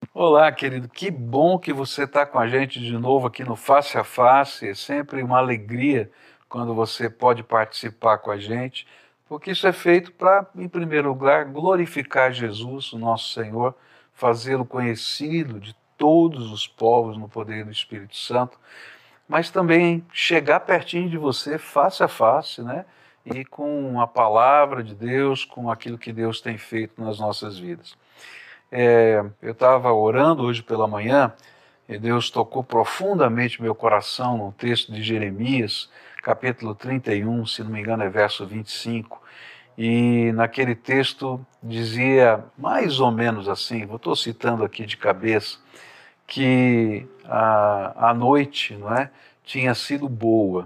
Olá, querido, que bom que você está com a gente de novo aqui no Face a Face. É sempre uma alegria quando você pode participar com a gente, porque isso é feito para, em primeiro lugar, glorificar Jesus, o nosso Senhor, fazê-lo conhecido de todos os povos no poder do Espírito Santo, mas também chegar pertinho de você, face a face, né? E com a palavra de Deus, com aquilo que Deus tem feito nas nossas vidas. Eu estava orando hoje pela manhã e Deus tocou profundamente meu coração num texto de Jeremias, capítulo 31, se não me engano é verso 25. E naquele texto dizia mais ou menos assim, eu estou citando aqui de cabeça, que a noite, não é, tinha sido boa.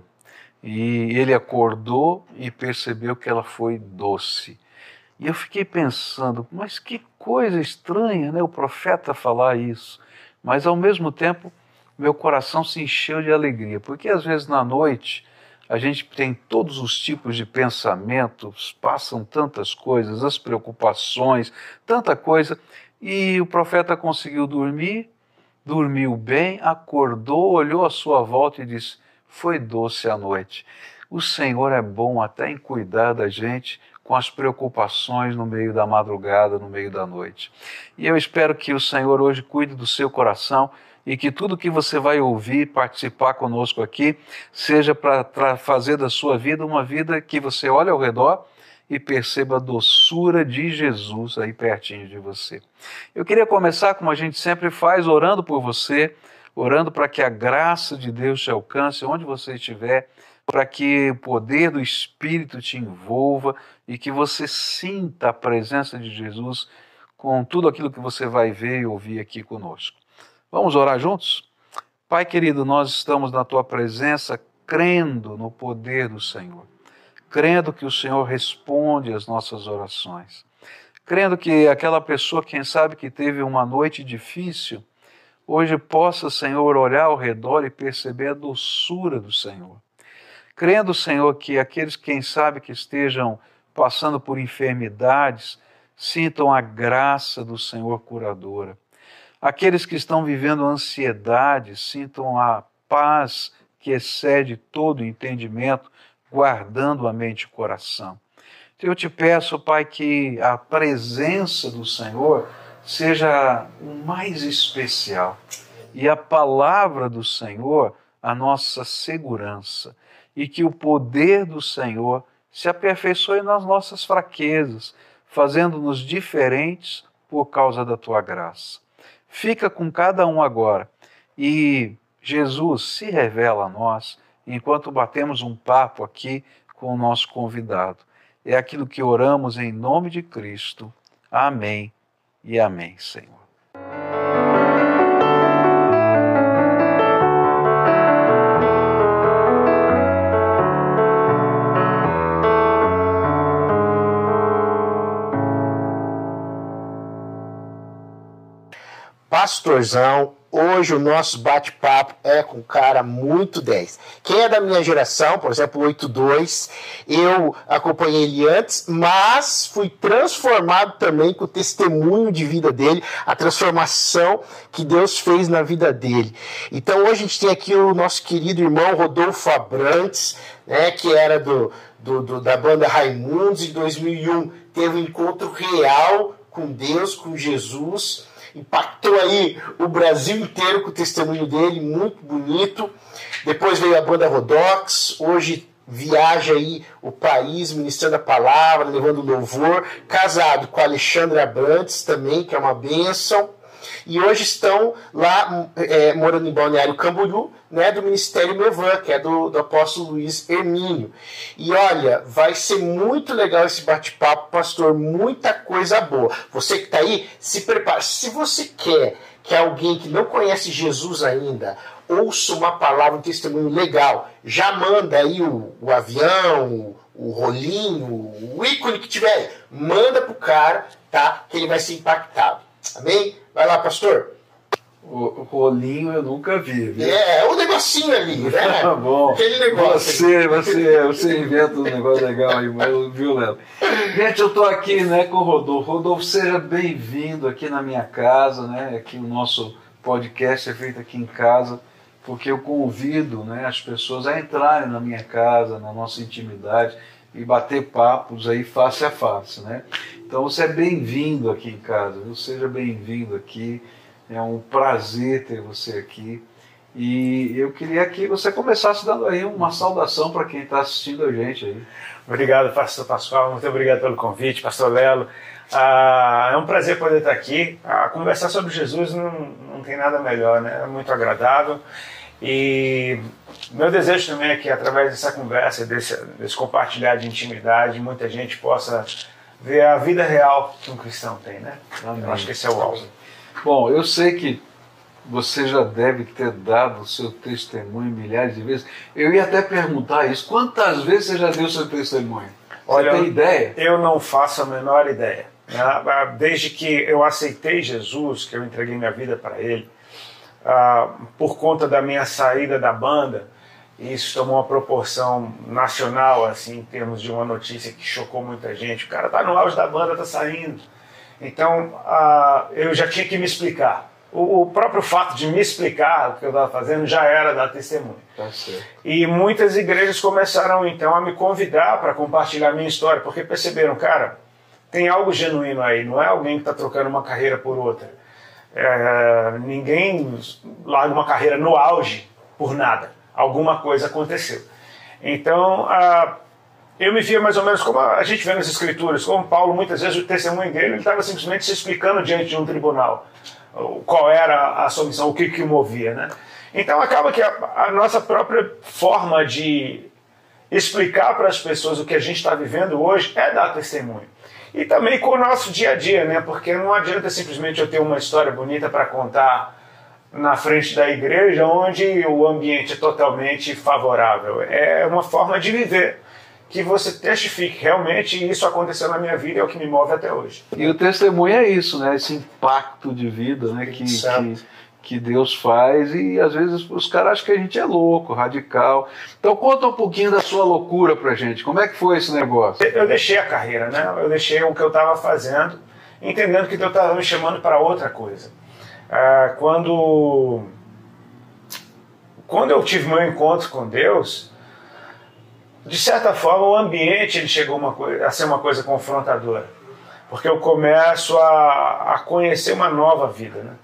E ele acordou e percebeu que ela foi doce. E eu fiquei pensando, mas que coisa estranha, né? O profeta falar isso. Mas ao mesmo tempo, meu coração se encheu de alegria, porque às vezes na noite a gente tem todos os tipos de pensamentos, passam tantas coisas, as preocupações, tanta coisa, e o profeta conseguiu dormir, dormiu bem, acordou, olhou à sua volta e disse: foi doce a noite. O Senhor é bom até em cuidar da gente com as preocupações no meio da madrugada, no meio da noite. E eu espero que o Senhor hoje cuide do seu coração e que tudo que você vai ouvir, participar conosco aqui, seja para fazer da sua vida uma vida que você olhe ao redor e perceba a doçura de Jesus aí pertinho de você. Eu queria começar, como a gente sempre faz, orando por você, orando para que a graça de Deus te alcance onde você estiver, para que o poder do Espírito te envolva e que você sinta a presença de Jesus com tudo aquilo que você vai ver e ouvir aqui conosco. Vamos orar juntos? Pai querido, nós estamos na Tua presença crendo no poder do Senhor, crendo que o Senhor responde às nossas orações, crendo que aquela pessoa, quem sabe, que teve uma noite difícil, hoje possa, Senhor, olhar ao redor e perceber a doçura do Senhor. Crendo, Senhor, que aqueles, quem sabe, que estejam passando por enfermidades, sintam a graça do Senhor curadora. Aqueles que estão vivendo ansiedade, sintam a paz que excede todo entendimento, guardando a mente e o coração. Eu te peço, Pai, que a presença do Senhor seja o mais especial e a palavra do Senhor a nossa segurança e que o poder do Senhor se aperfeiçoe nas nossas fraquezas, fazendo-nos diferentes por causa da Tua graça. Fica com cada um agora e Jesus se revela a nós enquanto batemos um papo aqui com o nosso convidado. É aquilo que oramos em nome de Cristo. Amém e amém, Senhor. Pastorzão, hoje o nosso bate-papo é com um cara muito 10. Quem é da minha geração, por exemplo, 82, eu acompanhei ele antes, mas fui transformado também com o testemunho de vida dele, a transformação que Deus fez na vida dele. Então hoje a gente tem aqui o nosso querido irmão Rodolfo Abrantes, né, que era da banda Raimundos. Em 2001 teve um encontro real com Deus, com Jesus, impactou aí o Brasil inteiro com o testemunho dele, muito bonito. Depois veio a banda Rodox, hoje viaja aí o país ministrando a palavra, levando louvor, casado com a Alexandra Abrantes também, que é uma bênção. E hoje estão lá morando em Balneário Camboriú, né, do Ministério Mevan, que é do apóstolo Luiz Hermínio. E olha, vai ser muito legal esse bate-papo, pastor, muita coisa boa. Você que está aí, se prepare. Se você quer que alguém que não conhece Jesus ainda ouça uma palavra, um testemunho legal, já manda aí o avião, o rolinho, o ícone que tiver, manda pro cara, tá? Que ele vai ser impactado. Amém? Vai lá, pastor. O rolinho eu nunca vi, viu? O negocinho ali, né? Bom, aquele negócio. Você inventa um negócio legal aí, viu, Léo? Gente, eu estou aqui, né, com o Rodolfo. Rodolfo, seja bem-vindo aqui na minha casa, né? Aqui o nosso podcast é feito aqui em casa, porque eu convido, né, as pessoas a entrarem na minha casa, na nossa intimidade e bater papos aí face a face, né? Então você é bem-vindo aqui em casa, viu? Seja bem-vindo aqui. É um prazer ter você aqui. E eu queria que você começasse dando aí uma saudação para quem está assistindo a gente aí. Obrigado, pastor Pascoal. Muito obrigado pelo convite, pastor Lelo. É um prazer poder estar aqui. Conversar sobre Jesus não tem nada melhor, né? É muito agradável. E meu desejo também é que, através dessa conversa, desse compartilhar de intimidade, muita gente possa ver a vida real que um cristão tem, né? Amém. Eu acho que esse é o alvo. Bom, eu sei que você já deve ter dado o seu testemunho milhares de vezes. Eu ia até perguntar isso. Quantas vezes você já deu o seu testemunho? Olha, você tem ideia? Eu não faço a menor ideia. Desde que eu aceitei Jesus, que eu entreguei minha vida para Ele, por conta da minha saída da banda, isso tomou uma proporção nacional, assim, em termos de uma notícia que chocou muita gente. O cara tá no auge da banda, tá saindo. Então, eu já tinha que me explicar. O próprio fato de me explicar o que eu estava fazendo já era dar testemunho. Tá certo. E muitas igrejas começaram, então, a me convidar para compartilhar a minha história, porque perceberam, cara, tem algo genuíno aí, não é alguém que está trocando uma carreira por outra. Ninguém larga uma carreira no auge por nada. Alguma coisa aconteceu. Então, eu me via mais ou menos como a gente vê nas escrituras, como Paulo, muitas vezes, o testemunho dele, ele estava simplesmente se explicando diante de um tribunal qual era a sua missão, o que o movia, né? Então acaba que a nossa própria forma de explicar para as pessoas o que a gente está vivendo hoje é dar testemunho. E também com o nosso dia a dia, né? Porque não adianta simplesmente eu ter uma história bonita para contar na frente da igreja, onde o ambiente é totalmente favorável. É uma forma de viver que você testifique realmente isso aconteceu na minha vida, é o que me move até hoje. E o testemunho é isso, né? Esse impacto de vida, né? Que Deus faz, e às vezes os caras acham que a gente é louco, radical. Então conta um pouquinho da sua loucura pra gente. Como é que foi esse negócio? Eu deixei a carreira, né? Eu deixei o que eu estava fazendo, entendendo que Deus estava me chamando para outra coisa. Quando eu tive meu encontro com Deus, de certa forma, o ambiente ele chegou a ser uma coisa confrontadora, porque eu começo a conhecer uma nova vida, né?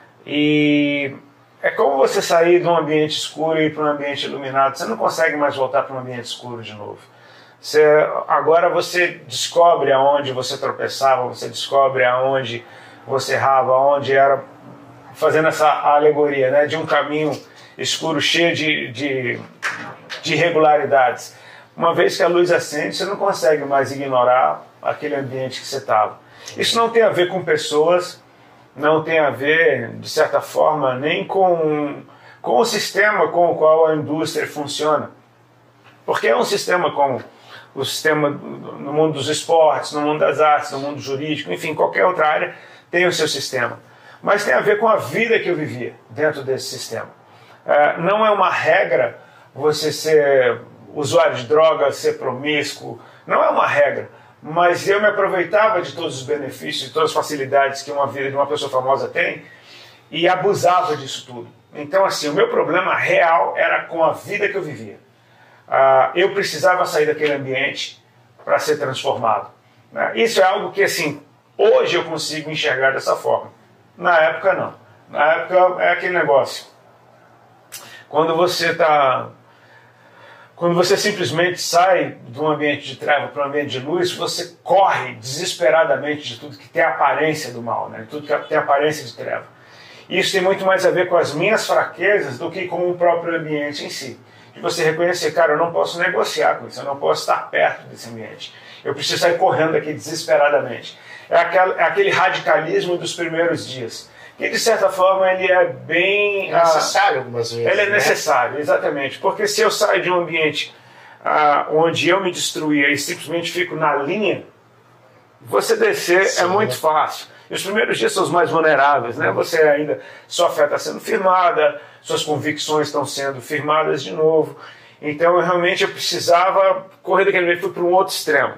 E é como você sair de um ambiente escuro e ir para um ambiente iluminado. Você não consegue mais voltar para um ambiente escuro de novo. Agora você descobre aonde você tropeçava, você descobre aonde você errava, aonde era, fazendo essa alegoria, né, de um caminho escuro cheio de irregularidades. Uma vez que a luz acende, você não consegue mais ignorar aquele ambiente que você estava. Isso não tem a ver com pessoas, não tem a ver, de certa forma, nem com o sistema com o qual a indústria funciona. Porque é um sistema como o sistema no mundo dos esportes, no mundo das artes, no mundo jurídico, enfim, qualquer outra área tem o seu sistema. Mas tem a ver com a vida que eu vivia dentro desse sistema. Não é uma regra você ser usuário de drogas, ser promíscuo, não é uma regra, mas eu me aproveitava de todos os benefícios, de todas as facilidades que uma vida de uma pessoa famosa tem e abusava disso tudo. Então, assim, o meu problema real era com a vida que eu vivia. Eu precisava sair daquele ambiente para ser transformado. Isso é algo que, assim, hoje eu consigo enxergar dessa forma. Na época, não. Na época é aquele negócio. Quando você simplesmente sai de um ambiente de treva para um ambiente de luz, você corre desesperadamente de tudo que tem aparência do mal, né? Tudo que tem aparência de treva. Isso tem muito mais a ver com as minhas fraquezas do que com o próprio ambiente em si. De você reconhecer, cara, eu não posso negociar com isso, eu não posso estar perto desse ambiente. Eu preciso sair correndo aqui desesperadamente. É aquele radicalismo dos primeiros dias. Que, de certa forma, ele é bem... É necessário algumas vezes. Ele é necessário, exatamente. Porque se eu saio de um ambiente onde eu me destruía e simplesmente fico na linha, você descer é muito fácil. E os primeiros dias são os mais vulneráveis, né? Você ainda, sua fé está sendo firmada, suas convicções estão sendo firmadas de novo. Então, eu precisava correr daquele jeito, fui para um outro extremo.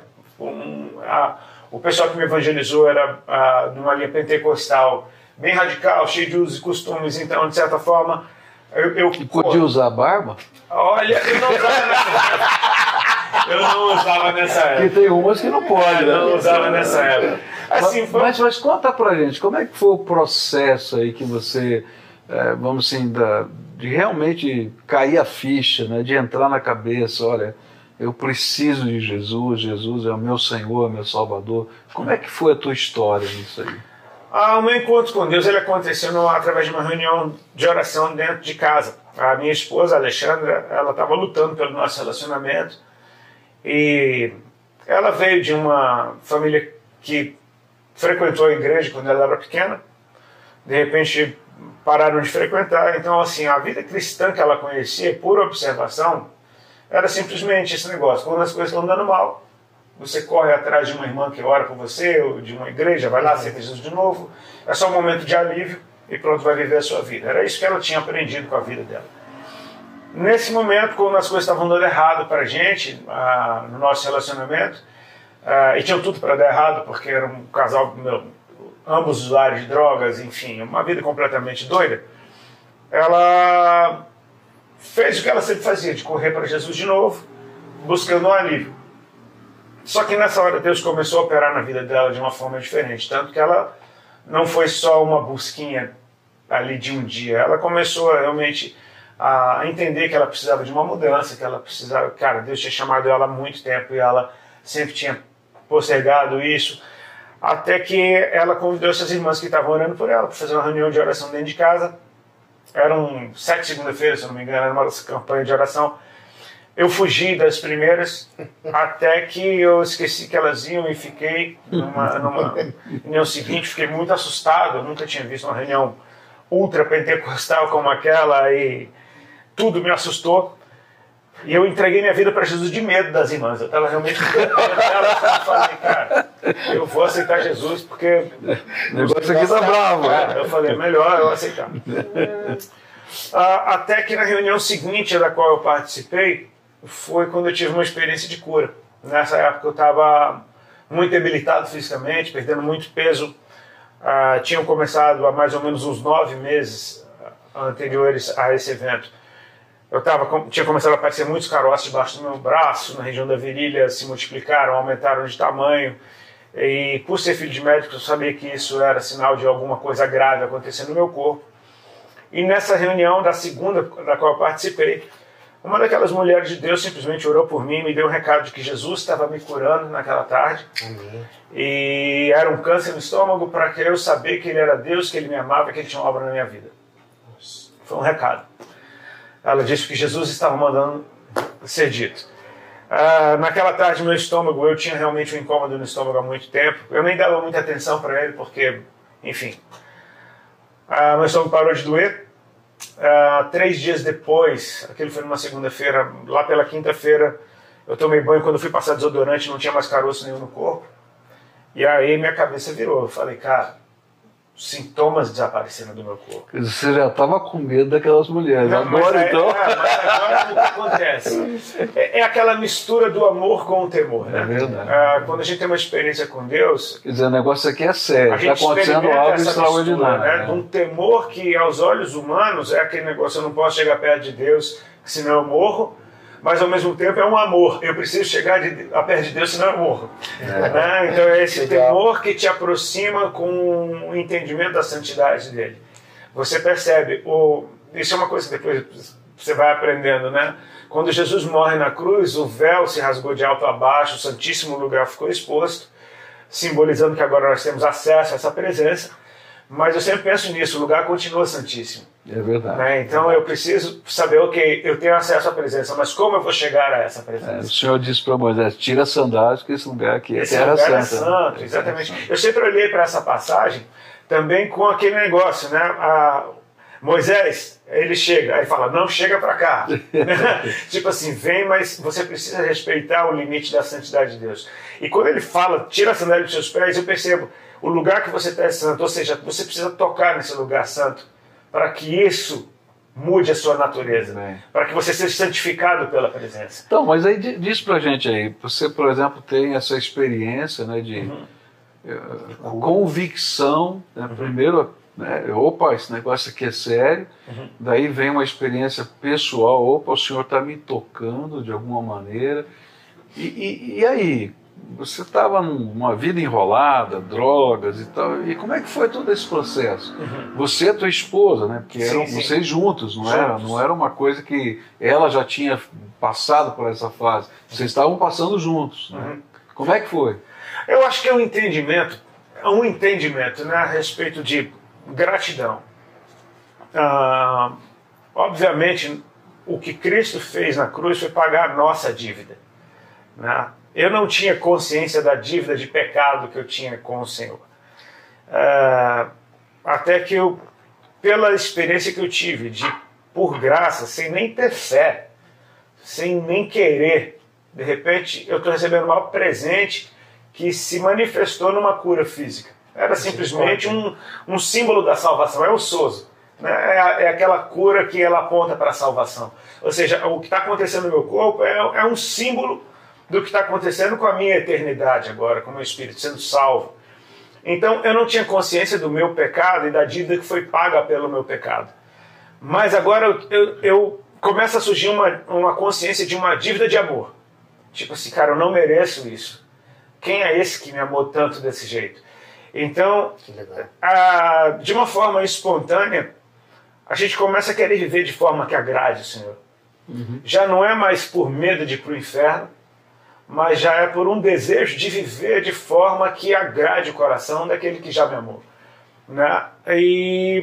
O pessoal que me evangelizou era de uma linha pentecostal, bem radical, cheio de usos e costumes. Então, de certa forma, E podia usar barba? Olha, eu não usava nessa época. Eu não usava nessa época. Porque tem umas que não pode, né? Não usava nessa época. Assim, mas conta pra gente, como é que foi o processo aí que você, vamos assim, de realmente cair a ficha, né? De entrar na cabeça, olha, eu preciso de Jesus, Jesus é o meu Senhor, meu Salvador. Como é que foi a tua história nisso aí? O meu encontro com Deus ele aconteceu através de uma reunião de oração dentro de casa. A minha esposa, a Alexandra, ela estava lutando pelo nosso relacionamento e ela veio de uma família que frequentou a igreja quando ela era pequena. De repente pararam de frequentar. Então, assim, a vida cristã que ela conhecia, por observação, era simplesmente esse negócio. Quando as coisas estão dando mal, você corre atrás de uma irmã que ora por você, ou de uma igreja, vai lá, aceita Jesus de novo. É só um momento de alívio e pronto, vai viver a sua vida. Era isso que ela tinha aprendido com a vida dela. Nesse momento, quando as coisas estavam dando errado para a gente, no nosso relacionamento, e tinham tudo para dar errado, porque era um casal, ambos usuários de drogas, enfim, uma vida completamente doida, ela fez o que ela sempre fazia, de correr para Jesus de novo, buscando um alívio. Só que nessa hora Deus começou a operar na vida dela de uma forma diferente, tanto que ela não foi só uma busquinha ali de um dia, ela começou realmente a entender que ela precisava de uma mudança, que ela precisava, cara, Deus tinha chamado ela há muito tempo e ela sempre tinha postergado isso, até que ela convidou essas irmãs que estavam orando por ela para fazer uma reunião de oração dentro de casa. Eram 7 segunda-feiras, se eu não me engano, era uma campanha de oração. Eu fugi das primeiras, até que eu esqueci que elas iam e fiquei numa reunião seguinte, fiquei muito assustado, eu nunca tinha visto uma reunião ultra pentecostal como aquela e tudo me assustou. E eu entreguei minha vida para Jesus de medo das irmãs, eu estava realmente com medo delas, eu falei, cara, eu vou aceitar Jesus porque o negócio aqui tá bravo. Eu falei, melhor eu aceitar. Até que na reunião seguinte da qual eu participei, foi quando eu tive uma experiência de cura. Nessa época eu estava muito debilitado fisicamente, perdendo muito peso. Tinham começado há mais ou menos uns 9 meses anteriores a esse evento. Tinha começado a aparecer muitos caroços debaixo do meu braço, na região da virilha, se multiplicaram, aumentaram de tamanho. E por ser filho de médico, eu sabia que isso era sinal de alguma coisa grave acontecendo no meu corpo. E nessa reunião, da segunda da qual eu participei, uma daquelas mulheres de Deus simplesmente orou por mim, me deu um recado de que Jesus estava me curando naquela tarde. Amém. E era um câncer no estômago para que eu saber que Ele era Deus, que Ele me amava, que Ele tinha uma obra na minha vida. Foi um recado. Ela disse que Jesus estava mandando ser dito. Naquela tarde, meu estômago, eu tinha realmente um incômodo no estômago há muito tempo. Eu nem dava muita atenção para ele, porque, enfim, meu estômago parou de doer. 3 dias depois, aquilo foi numa segunda-feira, lá pela quinta-feira, eu tomei banho. Quando eu fui passar desodorante, não tinha mais caroço nenhum no corpo. E aí minha cabeça virou. Eu falei, cara, sintomas desapareceram do meu corpo. Você já estava com medo daquelas mulheres. Não, agora, então... mas agora o que acontece? É aquela mistura do amor com o temor, né? É verdade. Quando a gente tem uma experiência com Deus... Quer dizer, o negócio aqui é sério. Está acontecendo experimenta algo essa extraordinário. mistura, né? De um temor que, aos olhos humanos, é aquele negócio, eu não posso chegar perto de Deus, senão eu morro. Mas, ao mesmo tempo, é um amor. Eu preciso chegar perto de Deus, senão eu morro. Né? Então, é esse temor que te aproxima com o entendimento da santidade dele. Você percebe, isso é uma coisa que depois você vai aprendendo, né? Quando Jesus morre na cruz, o véu se rasgou de alto a baixo, o santíssimo lugar ficou exposto, simbolizando que agora nós temos acesso a essa presença. Mas eu sempre penso nisso, o lugar continua santíssimo. É verdade. Né? Então eu preciso saber, ok, eu tenho acesso à presença, mas como eu vou chegar a essa presença? O Senhor disse para Moisés, tira as sandálias, que esse lugar aqui é terra santa. É santo, exatamente. Eu sempre olhei para essa passagem também com aquele negócio, né? Moisés, ele chega, aí fala, não chega para cá. Tipo assim, vem, mas você precisa respeitar o limite da santidade de Deus. E quando ele fala, tira a sandália dos seus pés, eu percebo, o lugar que você está é santo, ou seja, você precisa tocar nesse lugar santo para que isso mude a sua natureza, para que você seja santificado pela presença. Então, mas aí diz pra gente aí, você, por exemplo, tem essa experiência, né, de convicção, né, primeiro, né, opa, esse negócio aqui é sério, daí vem uma experiência pessoal, opa, o Senhor está me tocando de alguma maneira, e aí? Você estava numa vida enrolada, drogas e tal, e como é que foi todo esse processo? Você e a tua esposa, né? Porque eram vocês juntos, não era uma coisa que ela já tinha passado por essa fase, vocês estavam passando juntos, né? Como é que foi? Eu acho que é um entendimento, né, a respeito de gratidão. Obviamente, o que Cristo fez na cruz foi pagar a nossa dívida, né? Eu não tinha consciência da dívida de pecado que eu tinha com o Senhor. Até que eu, pela experiência que eu tive, de por graça, sem nem ter fé, sem nem querer, de repente eu estou recebendo um maior presente que se manifestou numa cura física. Era simplesmente um símbolo da salvação, é o sozo. Né? É aquela cura que ela aponta para a salvação. Ou seja, o que está acontecendo no meu corpo é um símbolo do que está acontecendo com a minha eternidade agora, com o meu espírito sendo salvo. Então eu não tinha consciência do meu pecado e da dívida que foi paga pelo meu pecado. Mas agora eu começa a surgir uma consciência de uma dívida de amor. Tipo assim, cara, eu não mereço isso. Quem é esse que me amou tanto desse jeito? Então, de uma forma espontânea, a gente começa a querer viver de forma que agrade o Senhor. Já não é mais por medo de ir para o inferno, mas já é por um desejo de viver de forma que agrade o coração daquele que já me amou. Né? E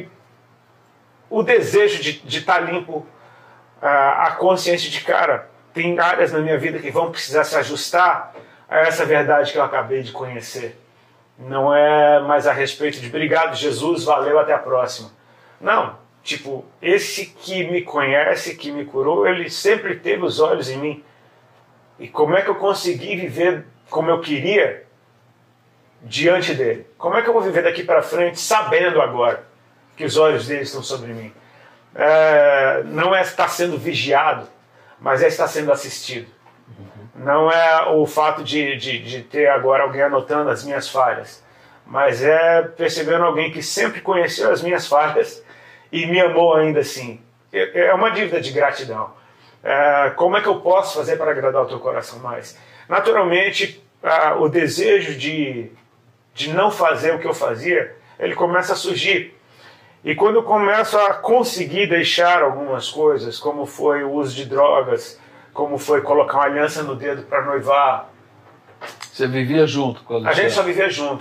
o desejo de estar limpo, a consciência de, cara, tem áreas na minha vida que vão precisar se ajustar a essa verdade que eu acabei de conhecer. Não é mais a respeito de obrigado, Jesus, valeu, até a próxima. Não, tipo, esse que me conhece, que me curou, ele sempre teve os olhos em mim. E como é que eu consegui viver como eu queria diante dele? Como é que eu vou viver daqui para frente sabendo agora que os olhos dele estão sobre mim? Não é estar sendo vigiado, mas é estar sendo assistido. Não é o fato de ter agora alguém anotando as minhas falhas, mas é percebendo alguém que sempre conheceu as minhas falhas e me amou ainda assim. É uma dívida de gratidão. Como é que eu posso fazer para agradar o teu coração mais? Naturalmente, o desejo de não fazer o que eu fazia, ele começa a surgir. E quando eu começo a conseguir deixar algumas coisas, como foi o uso de drogas, como foi colocar uma aliança no dedo para noivar. Você vivia junto com a gente só vivia junto,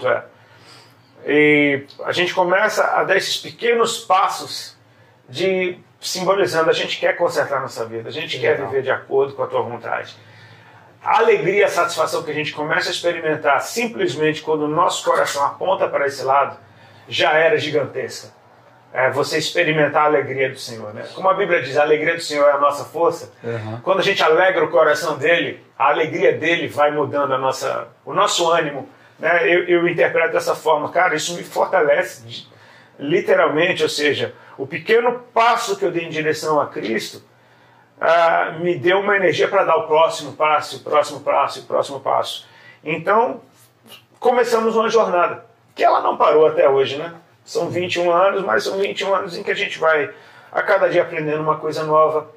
E a gente começa a dar esses pequenos passos de simbolizando, a gente quer consertar nossa vida, a gente quer viver de acordo com a tua vontade. A alegria e a satisfação que a gente começa a experimentar simplesmente quando o nosso coração aponta para esse lado, já era gigantesca. Você experimentar a alegria do Senhor, né? Como a Bíblia diz, a alegria do Senhor é a nossa força. Quando a gente alegra o coração dele, a alegria dele vai mudando o nosso ânimo, né? Eu interpreto dessa forma, cara, isso me fortalece literalmente, ou seja, o pequeno passo que eu dei em direção a Cristo me deu uma energia para dar o próximo passo, o próximo passo, o próximo passo. Então, começamos uma jornada, que ela não parou até hoje, né? São 21 anos, mas são 21 anos em que a gente vai a cada dia aprendendo uma coisa nova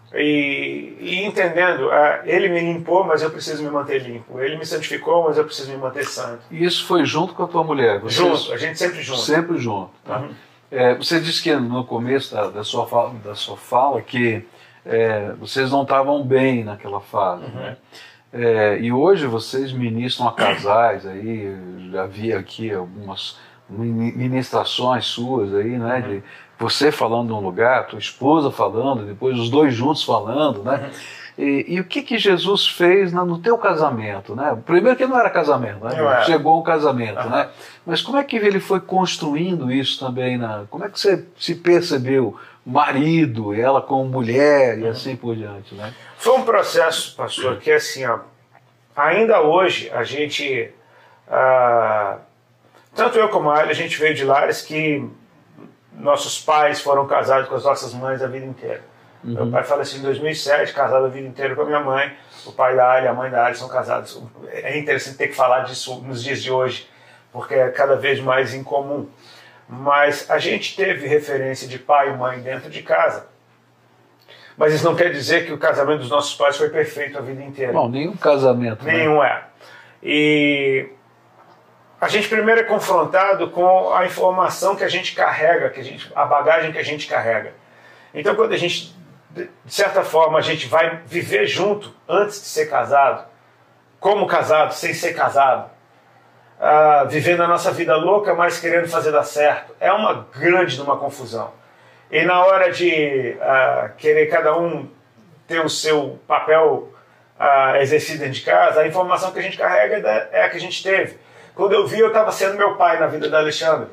e entendendo, ele me limpou, mas eu preciso me manter limpo. Ele me santificou, mas eu preciso me manter santo. E isso foi junto com a tua mulher? Junto, a gente sempre junto. Sempre junto, tá? Você disse que no começo da sua fala que vocês não estavam bem naquela fase, né? E hoje vocês ministram a casais aí, eu já vi aqui algumas ministrações suas aí, né? De você falando num lugar, tua esposa falando, depois os dois juntos falando, né? E o que Jesus fez no teu casamento, né? Primeiro que não era casamento, né? Chegou um casamento, né? Mas como é que ele foi construindo isso também? Como é que você se percebeu marido, ela como mulher e assim por diante, né? Foi um processo, pastor, que assim, ainda hoje a gente Tanto eu como a gente veio de lares que nossos pais foram casados com as nossas mães a vida inteira. Meu pai faleceu em 2007, casado a vida inteira com a minha mãe. O pai da Ali e a mãe da Ali são casados. É interessante ter que falar disso nos dias de hoje, porque é cada vez mais incomum. Mas a gente teve referência de pai e mãe dentro de casa. Mas isso não quer dizer que o casamento dos nossos pais foi perfeito a vida inteira. Bom, nenhum casamento. Nenhum é. E a gente primeiro é confrontado com a informação que a gente carrega, a bagagem que a gente carrega. Então, quando a gente, de certa forma, a gente vai viver junto antes de ser casado, como casado, sem ser casado, vivendo a nossa vida louca, mas querendo fazer dar certo, é uma grande confusão. E na hora de querer cada um ter o seu papel exercido dentro de casa, a informação que a gente carrega é a que a gente teve. Quando eu vi, eu estava sendo meu pai na vida da Alexandra,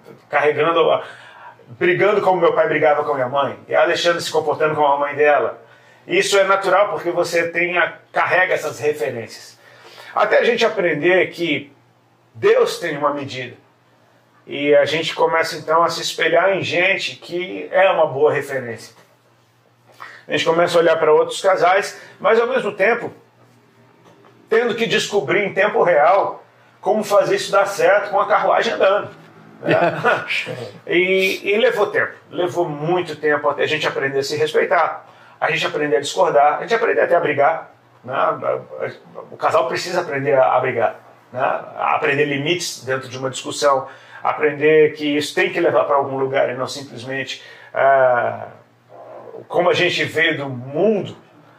brigando como meu pai brigava com a minha mãe, e a Alexandra se comportando como a mãe dela. Isso é natural porque você carrega essas referências. Até a gente aprender que Deus tem uma medida. E a gente começa então a se espelhar em gente que é uma boa referência. A gente começa a olhar para outros casais, mas ao mesmo tempo tendo que descobrir em tempo real como fazer isso dar certo com a carruagem andando. Né? E levou tempo, levou muito tempo até a gente aprender a se respeitar, a gente aprender a discordar, a gente aprender até a brigar. Né? O casal precisa aprender a brigar, né? A aprender limites dentro de uma discussão, aprender que isso tem que levar para algum lugar e não simplesmente como a gente vê do mundo.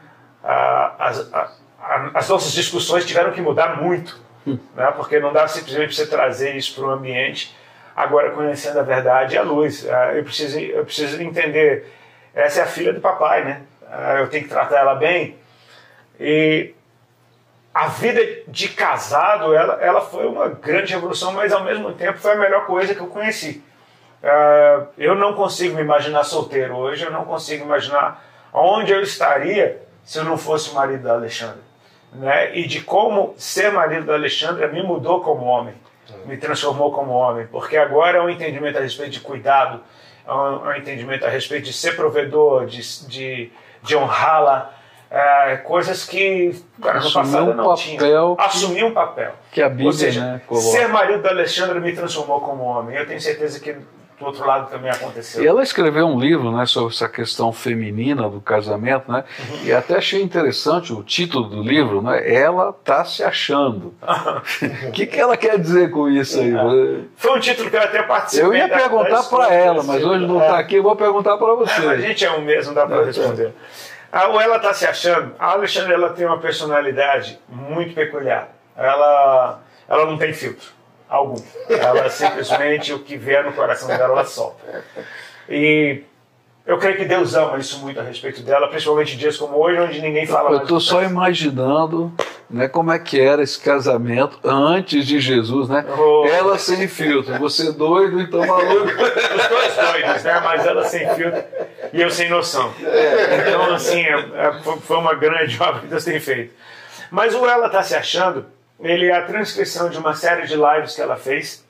As nossas discussões tiveram que mudar muito, né? Porque não dá simplesmente você trazer isso para o ambiente. Agora, conhecendo a verdade e a luz, eu preciso entender, essa é a filha do papai, né? Eu tenho que tratar ela bem. E a vida de casado, ela foi uma grande revolução, mas ao mesmo tempo foi a melhor coisa que eu conheci. Eu não consigo me imaginar solteiro hoje, eu não consigo imaginar onde eu estaria se eu não fosse o marido da Alexandra. Né? E de como ser marido da Alexandra me mudou como homem, me transformou como homem, porque agora é um entendimento a respeito de cuidado, é um entendimento a respeito de ser provedor, de honrá-la, coisas que no passado não tinha. Assumir um papel. Que a Bíblia, ou seja, né, ser marido da Alexandra me transformou como homem. Eu tenho certeza que do outro lado também aconteceu. E ela escreveu um livro, né, sobre essa questão feminina do casamento, né? E até achei interessante o título do livro, né? Ela está se achando. O que ela quer dizer com isso aí? Foi um título que eu até participei. Eu ia perguntar para ela, mas hoje não está aqui, eu vou perguntar para você. A gente é um mesmo, dá para responder. Ou ela está se achando. A Alexandra, ela tem uma personalidade muito peculiar. Ela não tem filtro algum. Ela simplesmente, o que vier no coração dela, ela solta. E eu creio que Deus ama isso muito a respeito dela, principalmente em dias como hoje, onde ninguém fala mais. Eu estou só imaginando, né, como é que era esse casamento antes de Jesus, né? Ela sem filtro, você doido, então maluco. Os dois doidos, né? Mas ela sem filtro e eu sem noção. Então, assim, foi uma grande obra que Deus tem feito. Mas o Ela Está Se Achando, ele é a transcrição de uma série de lives que ela fez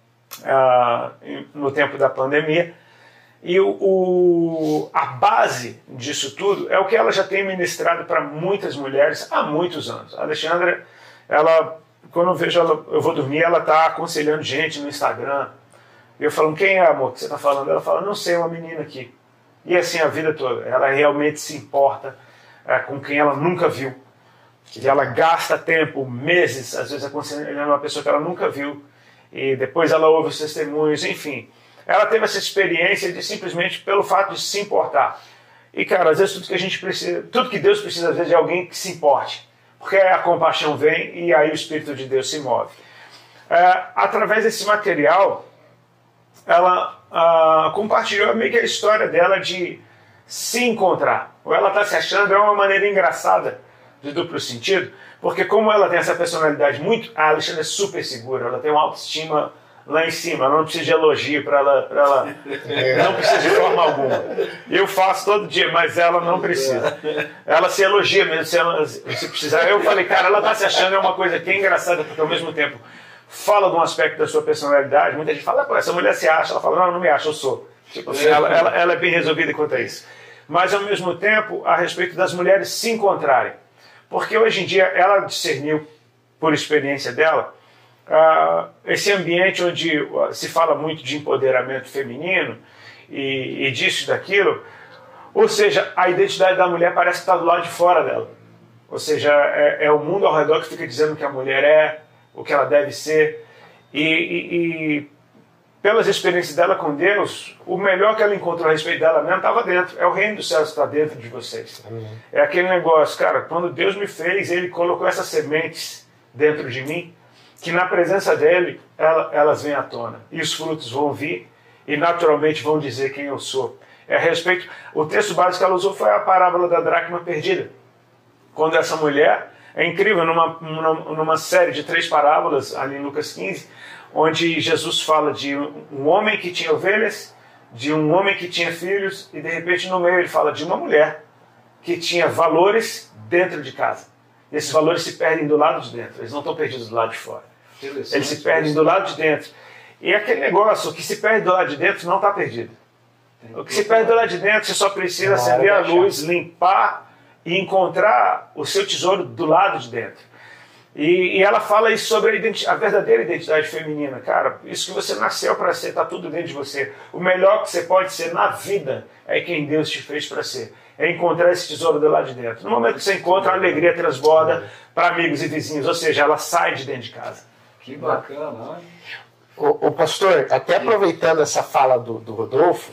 no tempo da pandemia. E a base disso tudo é o que ela já tem ministrado para muitas mulheres há muitos anos. A Alexandra, quando eu vejo ela, eu vou dormir, ela está aconselhando gente no Instagram. E eu falo, quem é, amor, que você está falando? Ela fala, não sei, é uma menina aqui. E assim a vida toda. Ela realmente se importa com quem ela nunca viu. E ela gasta tempo, meses, às vezes aconselhando uma pessoa que ela nunca viu. E depois ela ouve os testemunhos, enfim. Ela teve essa experiência de simplesmente pelo fato de se importar. E, cara, às vezes tudo que a gente precisa, tudo que Deus precisa, às vezes, é alguém que se importe. Porque a compaixão vem e aí o Espírito de Deus se move. Através desse material, ela compartilhou meio que a história dela de se encontrar. Ou ela está se achando, é uma maneira engraçada de duplo sentido, porque como ela tem essa personalidade a Alexandra é super segura, ela tem uma autoestima lá em cima, ela não precisa de elogio para ela não precisa de forma alguma. Eu faço todo dia, mas ela não precisa. Ela se elogia mesmo se precisar. Eu falei, cara, ela está se achando, é uma coisa que é engraçada, porque ao mesmo tempo fala de um aspecto da sua personalidade, muita gente fala, pô, essa mulher se acha, ela fala, não, não me acha, eu sou. Tipo assim, ela é bem resolvida quanto a isso. Mas, ao mesmo tempo, a respeito das mulheres se encontrarem. Porque hoje em dia ela discerniu, por experiência dela, esse ambiente onde se fala muito de empoderamento feminino e disso e daquilo, ou seja, a identidade da mulher parece que está do lado de fora dela. Ou seja, é o mundo ao redor que fica dizendo que a mulher é, o que ela deve ser. E pelas experiências dela com Deus, o melhor que ela encontrou a respeito dela mesmo estava dentro. É o reino dos céus que está dentro de vocês. É aquele negócio, cara, quando Deus me fez, Ele colocou essas sementes dentro de mim, que na presença dEle, elas vêm à tona. E os frutos vão vir e naturalmente vão dizer quem eu sou. É a respeito, o texto básico que ela usou foi a parábola da dracma perdida. Quando essa mulher, é incrível, numa série de 3 parábolas, ali em Lucas 15, onde Jesus fala de um homem que tinha ovelhas, de um homem que tinha filhos, e de repente no meio ele fala de uma mulher que tinha valores dentro de casa. E esses valores se perdem do lado de dentro, eles não estão perdidos do lado de fora. Eles se perdem do lado de dentro. E aquele negócio, o que se perde do lado de dentro não está perdido. O que se perde do lado de dentro, você só precisa acender a luz, limpar e encontrar o seu tesouro do lado de dentro. E ela fala isso sobre a verdadeira identidade feminina. Cara, isso que você nasceu para ser, está tudo dentro de você. O melhor que você pode ser na vida é quem Deus te fez para ser. É encontrar esse tesouro do lado de dentro. No momento que você encontra, a alegria transborda para amigos e vizinhos. Ou seja, ela sai de dentro de casa. Que bacana, hein? O pastor, até aproveitando essa fala do Rodolfo,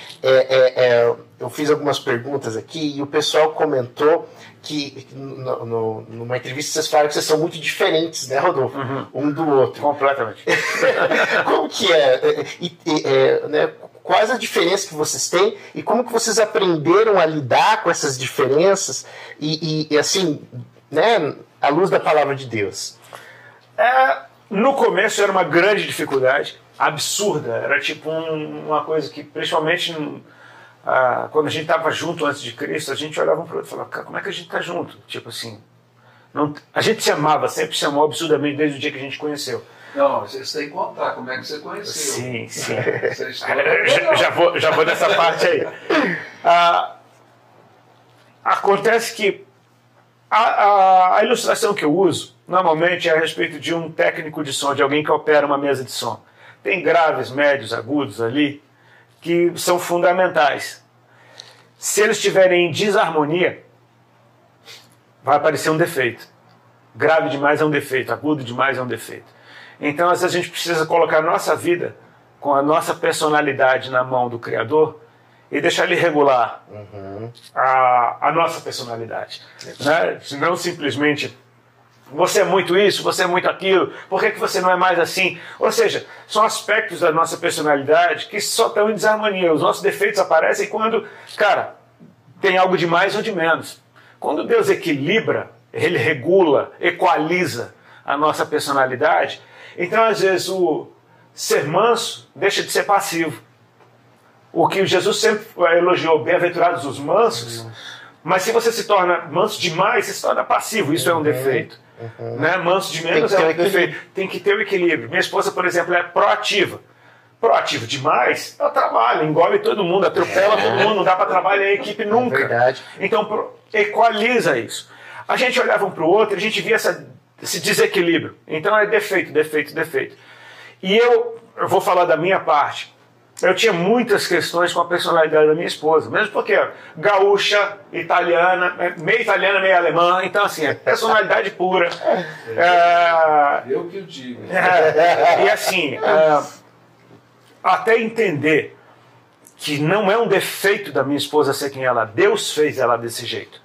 eu fiz algumas perguntas aqui e o pessoal comentou que numa entrevista vocês falaram que vocês são muito diferentes, né, Rodolfo? Um do outro. Completamente. Como que é? Né, quais as diferenças que vocês têm e como que vocês aprenderam a lidar com essas diferenças e assim, né, à luz da palavra de Deus? No começo era uma grande dificuldade, absurda. Era tipo uma coisa que, principalmente quando a gente estava junto antes de Cristo, a gente olhava um para o outro e falava, cara, como é que a gente está junto? Tipo assim, a gente se amava, sempre se amou absurdamente desde o dia que a gente conheceu. Não, vocês têm que contar como é que você conheceu. Sim. É já vou nessa parte aí. Acontece que a ilustração que eu uso, normalmente é a respeito de um técnico de som, de alguém que opera uma mesa de som. Tem graves, médios, agudos ali, que são fundamentais. Se eles estiverem em desarmonia, vai aparecer um defeito. Grave demais é um defeito, agudo demais é um defeito. Então, às vezes, a gente precisa colocar a nossa vida com a nossa personalidade na mão do Criador e deixar Ele regular a nossa personalidade. Né? Não simplesmente, você é muito isso, você é muito aquilo, por que você não é mais assim? Ou seja, são aspectos da nossa personalidade que só estão em desarmonia. Os nossos defeitos aparecem quando, cara, tem algo de mais ou de menos. Quando Deus equilibra, Ele regula, equaliza a nossa personalidade, então às vezes o ser manso deixa de ser passivo. O que Jesus sempre elogiou, bem-aventurados os mansos, mas se você se torna manso demais, você se torna passivo, isso é um defeito. Né? Manso de menos é um defeito. Tem que ter o equilíbrio. Minha esposa, por exemplo, é proativa. Proativo demais, ela trabalha, engole todo mundo, atropela todo mundo, não dá para trabalhar em equipe nunca. Verdade. Então, equaliza isso. A gente olhava um para o outro, a gente via esse desequilíbrio. Então é defeito. E eu vou falar da minha parte. Eu tinha muitas questões com a personalidade da minha esposa, mesmo porque gaúcha, italiana, meio alemã, então assim, é personalidade pura. Eu que o digo. E assim, até entender que não é um defeito da minha esposa ser quem ela é, Deus fez ela desse jeito.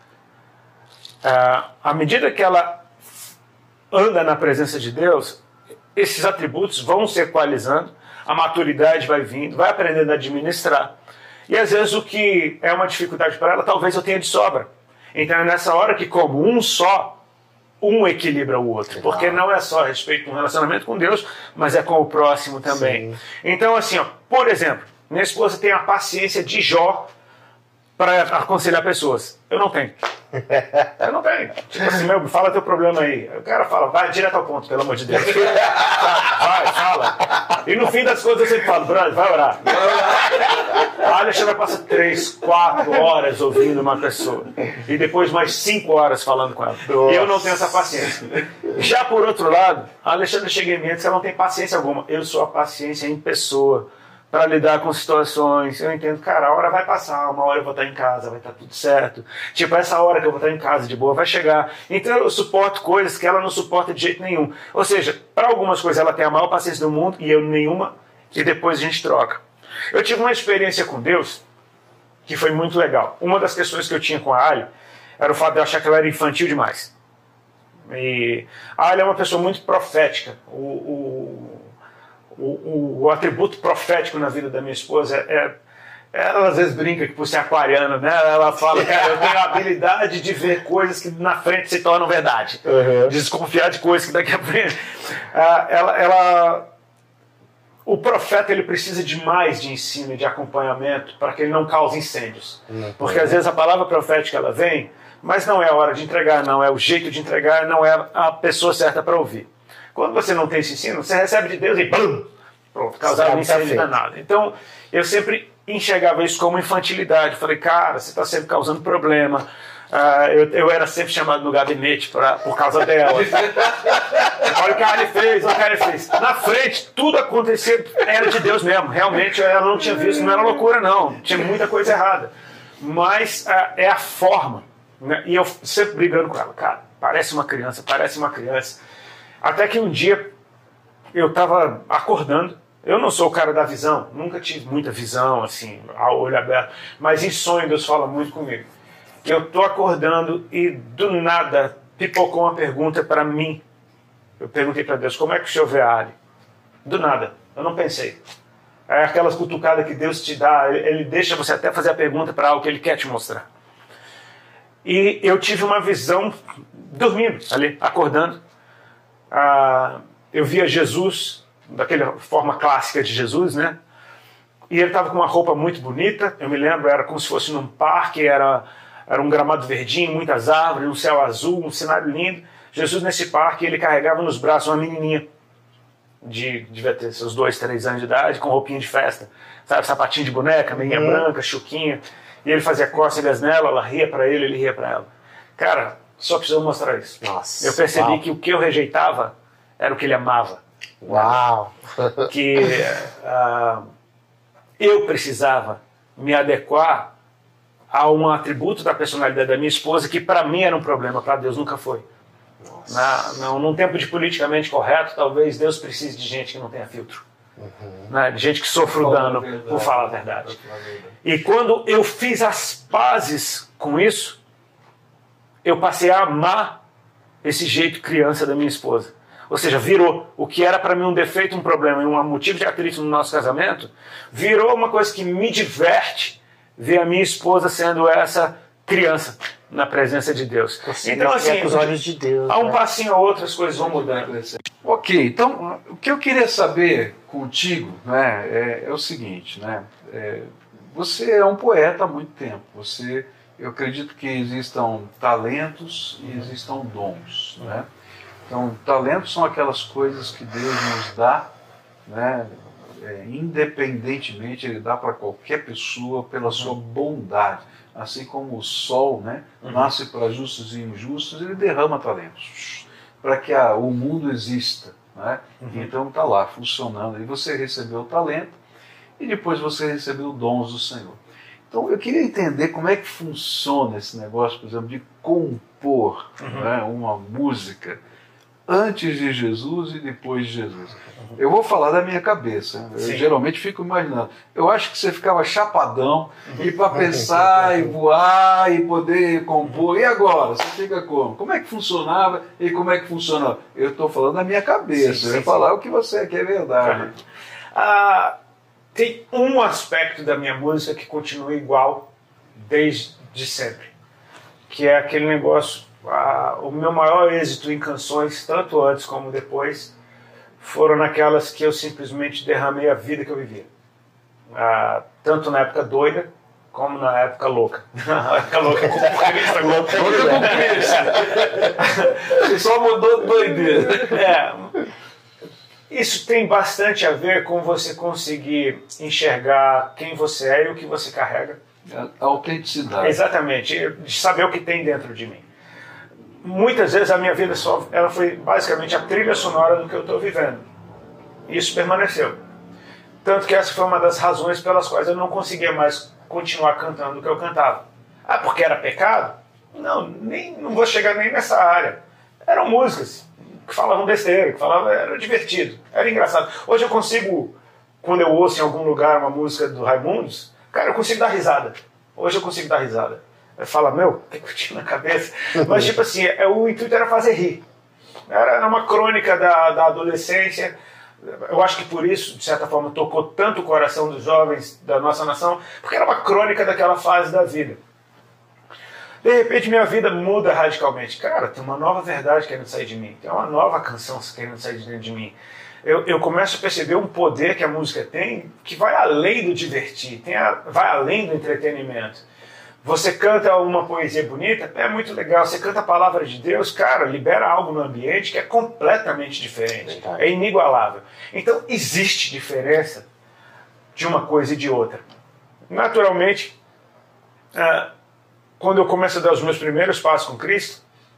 À medida que ela anda na presença de Deus, esses atributos vão se equalizando, a maturidade vai vindo, vai aprendendo a administrar. E às vezes o que é uma dificuldade para ela, talvez eu tenha de sobra. Então é nessa hora que, como um só, um equilibra o outro. Porque não é só a respeito de um relacionamento com Deus, mas é com o próximo também. Sim. Então assim, por exemplo, minha esposa tem a paciência de Jó para aconselhar pessoas. Eu não tenho. Eu não tenho. Tipo assim, meu, fala teu problema aí. O cara fala, vai direto ao ponto, pelo amor de Deus. Vai, fala. E no fim das contas eu sempre falo, brother, vai orar. A Alexandra passa 3, 4 horas ouvindo uma pessoa. E depois mais 5 horas falando com ela. Nossa. Eu não tenho essa paciência. Já por outro lado, a Alexandra chega em mim e diz que ela não tem paciência alguma. Eu sou a paciência em pessoa. Para lidar com situações, eu entendo, cara, a hora vai passar, uma hora eu vou estar em casa, vai estar tudo certo. Tipo, essa hora que eu vou estar em casa de boa vai chegar. Então eu suporto coisas que ela não suporta de jeito nenhum. Ou seja, para algumas coisas ela tem a maior paciência do mundo e eu nenhuma, e depois a gente troca. Eu tive uma experiência com Deus que foi muito legal. Uma das questões que eu tinha com a Ali era o fato de eu achar que ela era infantil demais. E a Ali é uma pessoa muito profética. O atributo profético na vida da minha esposa ela às vezes brinca que por ser aquariana, né? Ela fala, cara, eu tenho a habilidade de ver coisas que na frente se tornam verdade. Uhum. Desconfiar de coisas que daqui a frente... O profeta ele precisa de mais de ensino e de acompanhamento para que ele não cause incêndios. Uhum. Porque às vezes a palavra profética ela vem, mas não é a hora de entregar, não é o jeito de entregar, não é a pessoa certa para ouvir. Quando você não tem esse ensino, você recebe de Deus e pum, pronto, causava um incêndio danado. Então, eu sempre enxergava isso como infantilidade. Falei, cara, você está sempre causando problema. Eu era sempre chamado no gabinete por causa dela. Olha o que a Ali fez, olha o que a Ali fez. Na frente, tudo acontecia, era de Deus mesmo. Realmente, ela não tinha visto, não era loucura, não. Tinha muita coisa errada. Mas é a forma. Né? E eu sempre brigando com ela. Cara, parece uma criança, parece uma criança. Até que um dia eu estava acordando. Eu não sou o cara da visão, nunca tive muita visão, assim, ao olho aberto. Mas em sonho Deus fala muito comigo. Eu estou acordando e do nada pipocou uma pergunta para mim. Eu perguntei para Deus, como é que o senhor vê a Ali? Do nada, eu não pensei. É aquelas cutucadas que Deus te dá, ele deixa você até fazer a pergunta para algo que ele quer te mostrar. E eu tive uma visão dormindo ali, acordando. Eu via Jesus, daquela forma clássica de Jesus, né? E ele estava com uma roupa muito bonita, eu me lembro, era como se fosse num parque, era um gramado verdinho, muitas árvores, um céu azul, um cenário lindo. Jesus nesse parque, ele carregava nos braços uma menininha, devia ter seus 2, 3 anos de idade, com roupinha de festa, sabe, sapatinho de boneca, meinha branca, chuquinha, e ele fazia cócegas nela, ela ria para ele ria para ela. Cara, só precisou mostrar isso. Nossa, eu percebi que o que eu rejeitava era o que ele amava. Uau! Que eu precisava me adequar a um atributo da personalidade da minha esposa que para mim era um problema, para Deus nunca foi. Num tempo de politicamente correto, talvez Deus precise de gente que não tenha filtro. Né? De gente que sofre o dano por falar a verdade. E quando eu fiz as pazes com isso, eu passei a amar esse jeito criança da minha esposa. Ou seja, virou o que era para mim um defeito, um problema e um motivo de atrito no nosso casamento, virou uma coisa que me diverte ver a minha esposa sendo essa criança na presença de Deus. Então, assim, com os olhos de Deus, há um passinho ou outro, as coisas vão mudando. Ok, então o que eu queria saber contigo, né, é o seguinte, né, você é um poeta há muito tempo, eu acredito que existam talentos e existam dons, né? Então, talentos são aquelas coisas que Deus nos dá, né, independentemente, Ele dá para qualquer pessoa pela sua bondade. Assim como o sol, né, nasce para justos e injustos, Ele derrama talentos para que o mundo exista. Né? Então está lá, funcionando. E você recebeu o talento e depois você recebeu dons do Senhor. Então eu queria entender como é que funciona esse negócio, por exemplo, de compor né, uma música antes de Jesus e depois de Jesus. Eu vou falar da minha cabeça. Eu geralmente fico imaginando. Eu acho que você ficava chapadão e para pensar e voar e poder compor. E agora? Você fica como? Como é que funcionava e como é que funcionava? Eu estou falando da minha cabeça. Eu vou falar o que você quer, é verdade. Tem um aspecto da minha música que continua igual desde sempre. Que é aquele negócio... o meu maior êxito em canções, tanto antes como depois, foram naquelas que eu simplesmente derramei a vida que eu vivia. Tanto na época doida, como na época louca. Na época louca com Cristo. Louca com Cristo. Só mudou doideira. Isso tem bastante a ver com você conseguir enxergar quem você é e o que você carrega. A autenticidade. Exatamente, de saber o que tem dentro de mim. Muitas vezes a minha vida ela foi basicamente a trilha sonora do que eu estou vivendo. E isso permaneceu. Tanto que essa foi uma das razões pelas quais eu não conseguia mais continuar cantando o que eu cantava. Ah, porque era pecado? Não, não vou chegar nem nessa área. Eram músicas que falavam besteira, que falavam, era divertido, era engraçado. Hoje eu consigo, quando eu ouço em algum lugar uma música do Raimundos, cara, eu consigo dar risada. Hoje eu consigo dar risada. Eu falo, meu, o que eu tinha na cabeça? Mas tipo assim, o intuito era fazer rir. Era uma crônica da adolescência. Eu acho que por isso, de certa forma, tocou tanto o coração dos jovens da nossa nação, porque era uma crônica daquela fase da vida. De repente minha vida muda radicalmente. Cara, tem uma nova verdade querendo sair de mim. Tem uma nova canção querendo sair de dentro de mim. Eu começo a perceber um poder que a música tem que vai além do divertir, vai além do entretenimento. Você canta uma poesia bonita, é muito legal. Você canta a palavra de Deus, cara, libera algo no ambiente que é completamente diferente. É inigualável. Então, existe diferença de uma coisa e de outra. Naturalmente, quando eu começo a dar os meus primeiros passos com Cristo,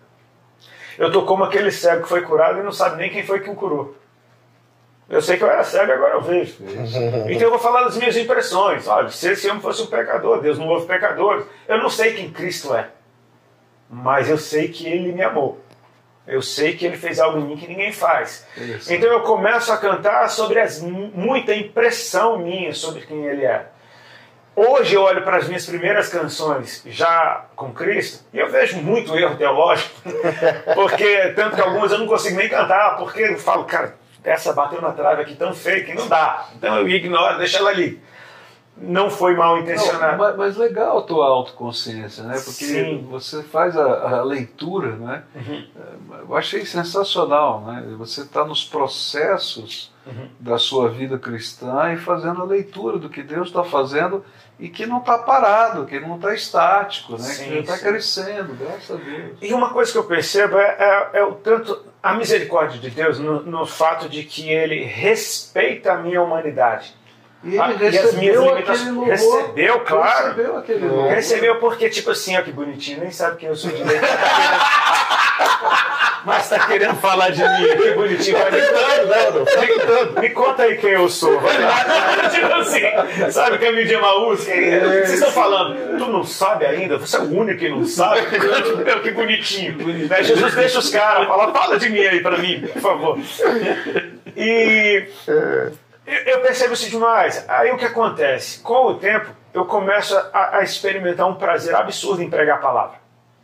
eu estou como aquele cego que foi curado e não sabe nem quem foi que o curou. Eu sei que eu era cego e agora eu vejo. Então eu vou falar das minhas impressões. Olha, se esse homem fosse um pecador, Deus não ouve pecadores. Eu não sei quem Cristo é, mas eu sei que Ele me amou. Eu sei que Ele fez algo em mim que ninguém faz. Isso. Então eu começo a cantar sobre muita impressão minha sobre quem Ele é. Hoje eu olho para as minhas primeiras canções já com Cristo e eu vejo muito erro teológico, porque tanto que algumas eu não consigo nem cantar, porque eu falo, cara, essa bateu na trave aqui tão feia que não dá. Então eu ignoro, deixa ela ali. Não foi mal intencionado. Não, mas legal a tua autoconsciência, né? Porque Sim. Você faz a leitura, né? Eu achei sensacional, né? Você está nos processos da sua vida cristã e fazendo a leitura do que Deus está fazendo e que não está parado, que não está estático, né? Sim, que está crescendo, graças a Deus. E uma coisa que eu percebo é o tanto a misericórdia de Deus no fato de que Ele respeita a minha humanidade. E ele recebeu aquele louvor. Recebeu, claro. Recebeu aquele louvor. Recebeu porque, tipo assim, ó, que bonitinho, nem sabe quem eu sou direito. Mas tá querendo falar de mim, que bonitinho. Vai me conta aí quem eu sou. Vai lá. Tipo assim, sabe que é mídia Emaús? Vocês estão falando, tu não sabe ainda? Você é o único que não sabe? Meu, que bonitinho. Jesus deixa os caras falar, fala de mim aí pra mim, por favor. E eu percebo isso demais. Aí o que acontece? Com o tempo, eu começo a experimentar um prazer absurdo em pregar a palavra.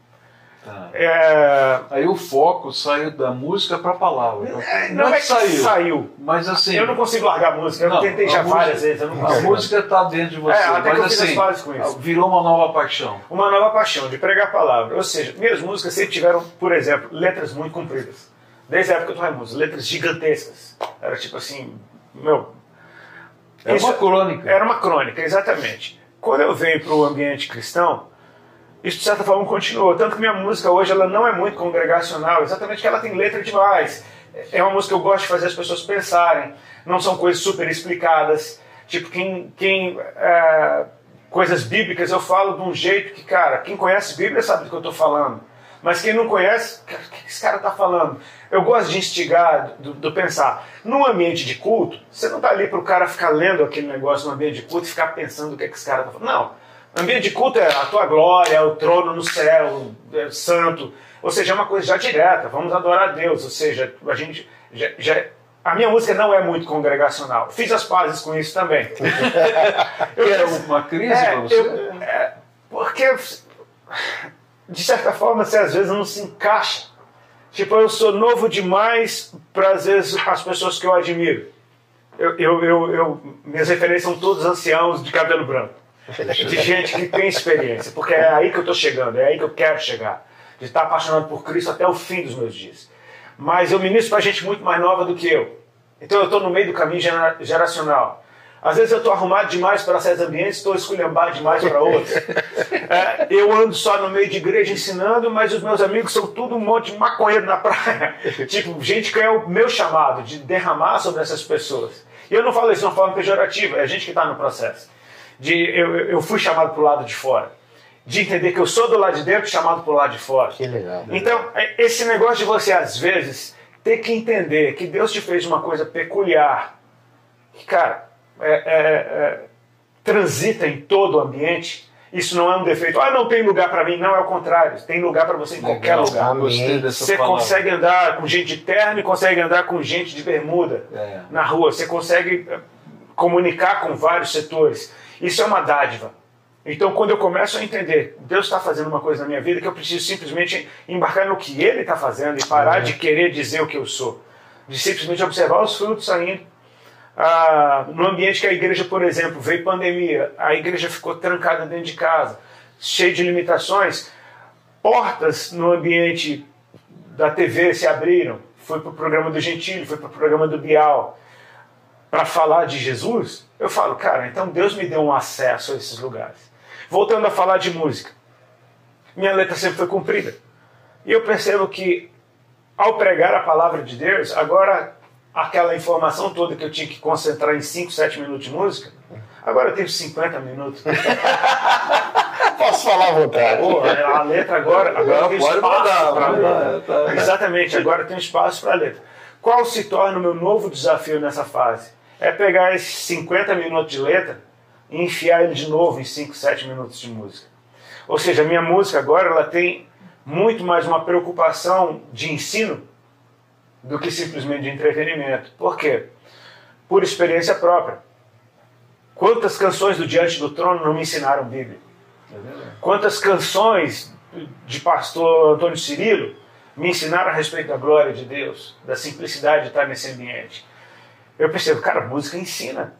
Aí o foco saiu da música para a palavra. Não é que saiu. Mas assim, eu não consigo largar a música. Eu tentei já várias vezes. A música está dentro de você. Até mas que eu fiz assim, as pazes com isso. Virou uma nova paixão. Uma nova paixão de pregar a palavra. Ou seja, minhas músicas sempre tiveram, por exemplo, letras muito compridas. Desde a época do Raimundos, letras gigantescas. Era tipo assim, Era uma crônica. Era uma crônica, exatamente. Quando eu venho para o ambiente cristão, isso de certa forma continuou. Tanto que minha música hoje ela não é muito congregacional, exatamente porque ela tem letra demais. É uma música que eu gosto de fazer as pessoas pensarem. Não são coisas super explicadas. Tipo, coisas bíblicas eu falo de um jeito que, cara, quem conhece Bíblia sabe do que eu estou falando. Mas quem não conhece, o que esse cara está falando? Eu gosto de instigar, do pensar. Num ambiente de culto, você não está ali para o cara ficar lendo aquele negócio no ambiente de culto e ficar pensando o que esse cara está falando. Não. O ambiente de culto é a tua glória, é o trono no céu, é santo. Ou seja, é uma coisa já direta. Vamos adorar a Deus. Ou seja, a gente a minha música não é muito congregacional. Fiz as pazes com isso também. Era uma crise para você? Porque, de certa forma, você às vezes não se encaixa. Tipo, eu sou novo demais para, às vezes, as pessoas que eu admiro. Minhas referências são todos anciãos de cabelo branco. De gente que tem experiência. Porque é aí que eu estou chegando, é aí que eu quero chegar. De estar apaixonado por Cristo até o fim dos meus dias. Mas eu ministro para gente muito mais nova do que eu. Então eu estou no meio do caminho geracional. Às vezes eu estou arrumado demais para certos ambientes, estou esculhambado demais para outros. Eu ando só no meio de igreja ensinando, mas os meus amigos são tudo um monte de maconheiro na praia. Tipo, gente que é o meu chamado, de derramar sobre essas pessoas. E eu não falo isso de uma forma pejorativa, é a gente que está no processo. Eu fui chamado para o lado de fora. De entender que eu sou do lado de dentro, chamado para o lado de fora. Que legal. Então, esse negócio de você, às vezes, ter que entender que Deus te fez uma coisa peculiar, que, cara, transita em todo o ambiente, isso não é um defeito. Não tem lugar para mim. Não, é o contrário. Tem lugar para você em qualquer lugar. Você consegue andar com gente de terno e consegue andar com gente de bermuda na rua. Você consegue comunicar com vários setores. Isso é uma dádiva. Então, quando eu começo a entender, Deus está fazendo uma coisa na minha vida que eu preciso simplesmente embarcar no que Ele está fazendo e parar de querer dizer o que eu sou. De simplesmente observar os frutos saindo. No ambiente que a igreja, por exemplo, veio pandemia, a igreja ficou trancada dentro de casa, cheia de limitações, portas no ambiente da TV se abriram, foi para o programa do Gentili, foi para o programa do Bial, para falar de Jesus. Eu falo, cara, então Deus me deu um acesso a esses lugares. Voltando a falar de música, minha letra sempre foi cumprida, e eu percebo que ao pregar a palavra de Deus, agora aquela informação toda que eu tinha que concentrar em 5, 7 minutos de música, agora eu tenho 50 minutos. Posso falar à vontade. A letra agora tem pode espaço para a mudar, letra. Exatamente, agora tem espaço para a letra. Qual se torna o meu novo desafio nessa fase? É pegar esses 50 minutos de letra e enfiar ele de novo em 5, 7 minutos de música. Ou seja, a minha música agora ela tem muito mais uma preocupação de ensino do que simplesmente de entretenimento. Por quê? Por experiência própria. Quantas canções do Diante do Trono não me ensinaram Bíblia? Quantas canções de pastor Antônio Cirilo me ensinaram a respeito da glória de Deus, da simplicidade de estar nesse ambiente? Eu percebo, cara, música ensina.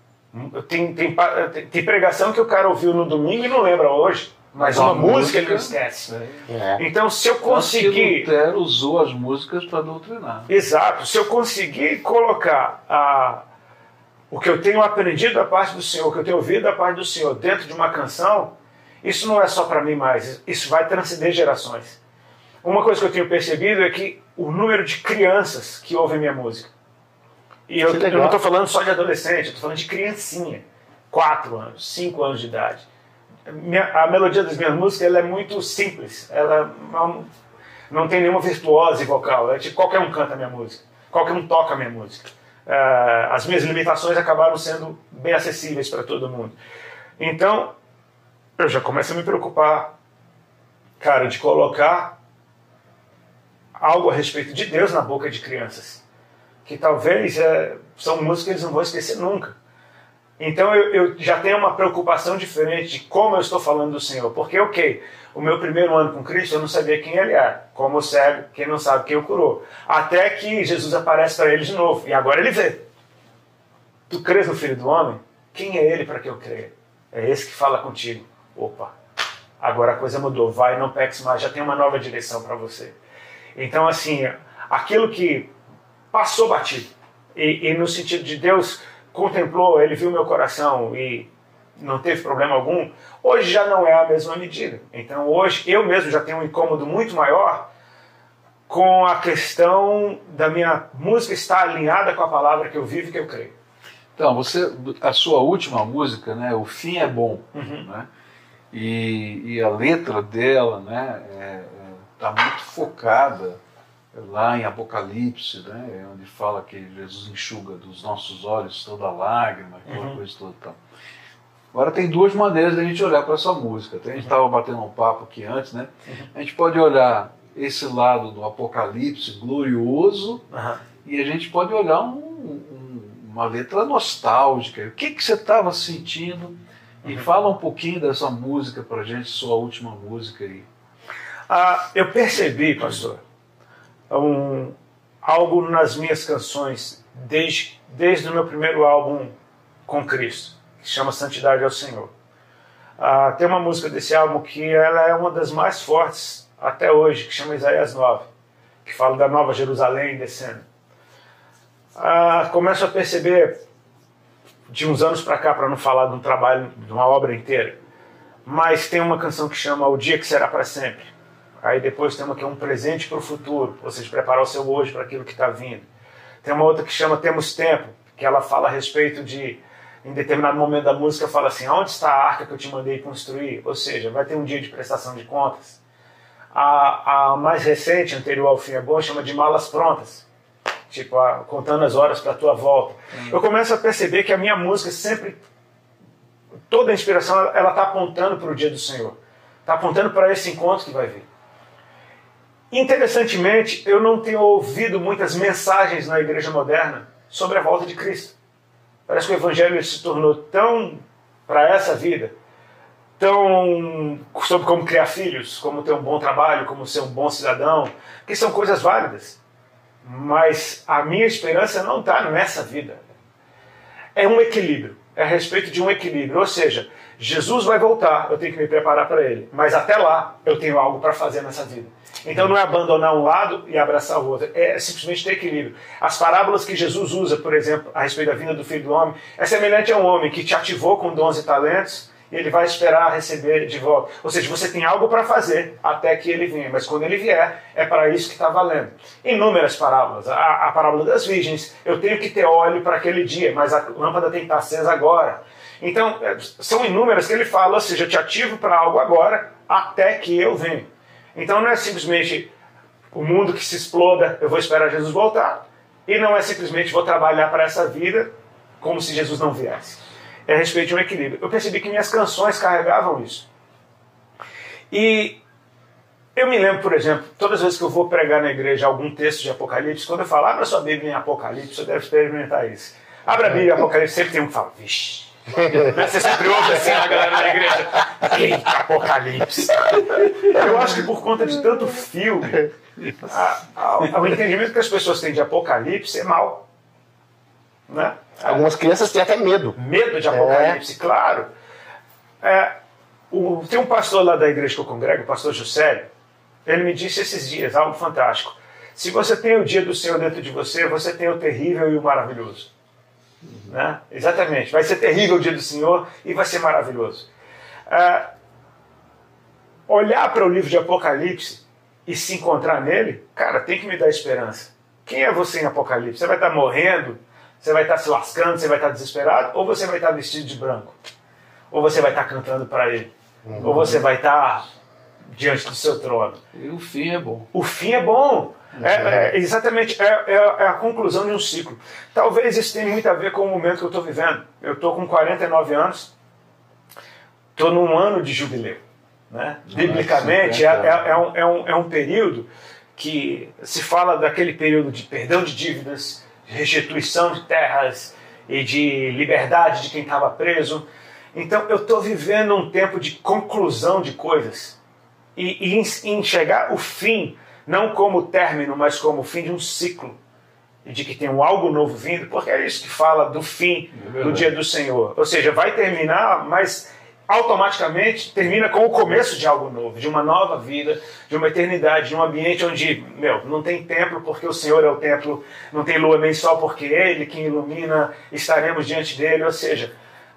Tem pregação que o cara ouviu no domingo e não lembra hoje. Mas uma música ele não esquece. Então, se eu conseguir... Lutero usou as músicas para doutrinar. Exato. Se eu conseguir colocar o que eu tenho aprendido da parte do Senhor, o que eu tenho ouvido da parte do Senhor dentro de uma canção, isso não é só para mim mais. Isso vai transcender gerações. Uma coisa que eu tenho percebido é que o número de crianças que ouvem minha música. E eu não estou falando só de adolescente, eu estou falando de criancinha. 4 anos, 5 anos de idade. A melodia das minhas músicas ela é muito simples, ela não tem nenhuma virtuose vocal, tipo, qualquer um canta a minha música, qualquer um toca a minha música. As minhas limitações acabaram sendo bem acessíveis para todo mundo. Então, eu já começo a me preocupar, cara, de colocar algo a respeito de Deus na boca de crianças, que talvez são músicas que eles não vão esquecer nunca. Então eu já tenho uma preocupação diferente de como eu estou falando do Senhor. Porque, o meu primeiro ano com Cristo eu não sabia quem Ele é. Como o cego, quem não sabe quem o curou. Até que Jesus aparece para ele de novo. E agora ele vê. Tu crês no Filho do Homem? Quem é Ele para que eu creia? É esse que fala contigo. Opa, agora a coisa mudou. Vai, não peques mais. Já tem uma nova direção para você. Então, assim, aquilo que passou batido. E no sentido de Deus... contemplou, ele viu meu coração e não teve problema algum, hoje já não é a mesma medida. Então hoje eu mesmo já tenho um incômodo muito maior com a questão da minha música estar alinhada com a palavra que eu vivo e que eu creio. Então, a sua última música, né, O Fim é Bom, né, e a letra dela, né, tá muito focada lá em Apocalipse, né, onde fala que Jesus enxuga dos nossos olhos toda lágrima, aquela coisa toda. Tal. Agora tem duas maneiras de a gente olhar para essa música. A gente estava batendo um papo aqui antes, né? A gente pode olhar esse lado do Apocalipse glorioso e a gente pode olhar uma letra nostálgica. O que você estava sentindo? E fala um pouquinho dessa música para a gente, sua última música aí. Eu percebi, pastor, algo nas minhas canções desde o meu primeiro álbum com Cristo, que se chama Santidade ao Senhor. Tem uma música desse álbum que ela é uma das mais fortes até hoje, que chama Isaías 9, que fala da Nova Jerusalém descendo. Começo a perceber de uns anos para cá, para não falar de um trabalho, de uma obra inteira. Mas tem uma canção que chama O Dia Que Será Para Sempre. Aí depois tem uma que é um presente para o futuro, ou seja, preparar o seu hoje para aquilo que está vindo. Tem uma outra que chama Temos Tempo, que ela fala a respeito de, em determinado momento da música, fala assim, onde está a arca que eu te mandei construir? Ou seja, vai ter um dia de prestação de contas. A mais recente, anterior ao Fim é Bom, chama de Malas Prontas. Tipo, contando as horas para a tua volta. Eu começo a perceber que a minha música sempre, toda a inspiração, ela está apontando para o dia do Senhor. Está apontando para esse encontro que vai vir. Interessantemente, eu não tenho ouvido muitas mensagens na igreja moderna sobre a volta de Cristo. Parece que o evangelho se tornou tão para essa vida, tão sobre como criar filhos, como ter um bom trabalho, como ser um bom cidadão, que são coisas válidas. Mas a minha esperança não está nessa vida. É um equilíbrio, é a respeito de um equilíbrio. Ou seja, Jesus vai voltar, eu tenho que me preparar para ele. Mas até lá, eu tenho algo para fazer nessa vida. Então não é abandonar um lado e abraçar o outro, é simplesmente ter equilíbrio. As parábolas que Jesus usa, por exemplo, a respeito da vinda do Filho do Homem, é semelhante a um homem que te ativou com dons e talentos e ele vai esperar receber de volta. Ou seja, você tem algo para fazer até que ele venha, mas quando ele vier, é para isso que está valendo. Inúmeras parábolas. A parábola das virgens, eu tenho que ter óleo para aquele dia, mas a lâmpada tem que estar acesa agora. Então, são inúmeras que ele fala, ou seja, eu te ativo para algo agora até que eu venha. Então não é simplesmente o mundo que se exploda, eu vou esperar Jesus voltar, e não é simplesmente vou trabalhar para essa vida como se Jesus não viesse. É a respeito de um equilíbrio. Eu percebi que minhas canções carregavam isso. E eu me lembro, por exemplo, todas as vezes que eu vou pregar na igreja algum texto de Apocalipse, quando eu falo, abra sua Bíblia em Apocalipse, você deve experimentar isso. Abra a Bíblia em Apocalipse, sempre tem um que fala, vixe. Você sempre ouve assim a galera na igreja, eita, Apocalipse. Eu acho que por conta de tanto filme, o entendimento que as pessoas têm de Apocalipse é mau. Né? Algumas crianças têm até medo. Medo de Apocalipse, claro. Tem um pastor lá da igreja que eu congrego, o pastor Juscelio, ele me disse esses dias algo fantástico. Se você tem o dia do Senhor dentro de você, você tem o terrível e o maravilhoso. Né? Exatamente, vai ser terrível o dia do Senhor e vai ser maravilhoso. Olhar para o livro de Apocalipse e se encontrar nele, cara, tem que me dar esperança. Quem é você em Apocalipse? Você vai estar morrendo? Você vai estar se lascando? Você vai estar desesperado? Ou você vai estar vestido de branco? Ou você vai estar cantando para ele? Ou você vai estar diante do seu trono? E o fim é bom. O fim é bom. Exatamente, é a conclusão de um ciclo. Talvez isso tenha muito a ver com o momento que eu estou vivendo. Eu estou com 49 anos, estou num ano de jubileu. Né? Biblicamente, é um período que se fala daquele período de perdão de dívidas, de restituição de terras e de liberdade de quem estava preso. Então eu estou vivendo um tempo de conclusão de coisas e enxergar o fim não como término, mas como o fim de um ciclo, e de que tem algo novo vindo, porque é isso que fala do fim do dia do Senhor. Ou seja, vai terminar, mas automaticamente termina com o começo de algo novo, de uma nova vida, de uma eternidade, de um ambiente onde, não tem templo porque o Senhor é o templo, não tem lua nem sol porque Ele quem ilumina, estaremos diante dEle. Ou seja,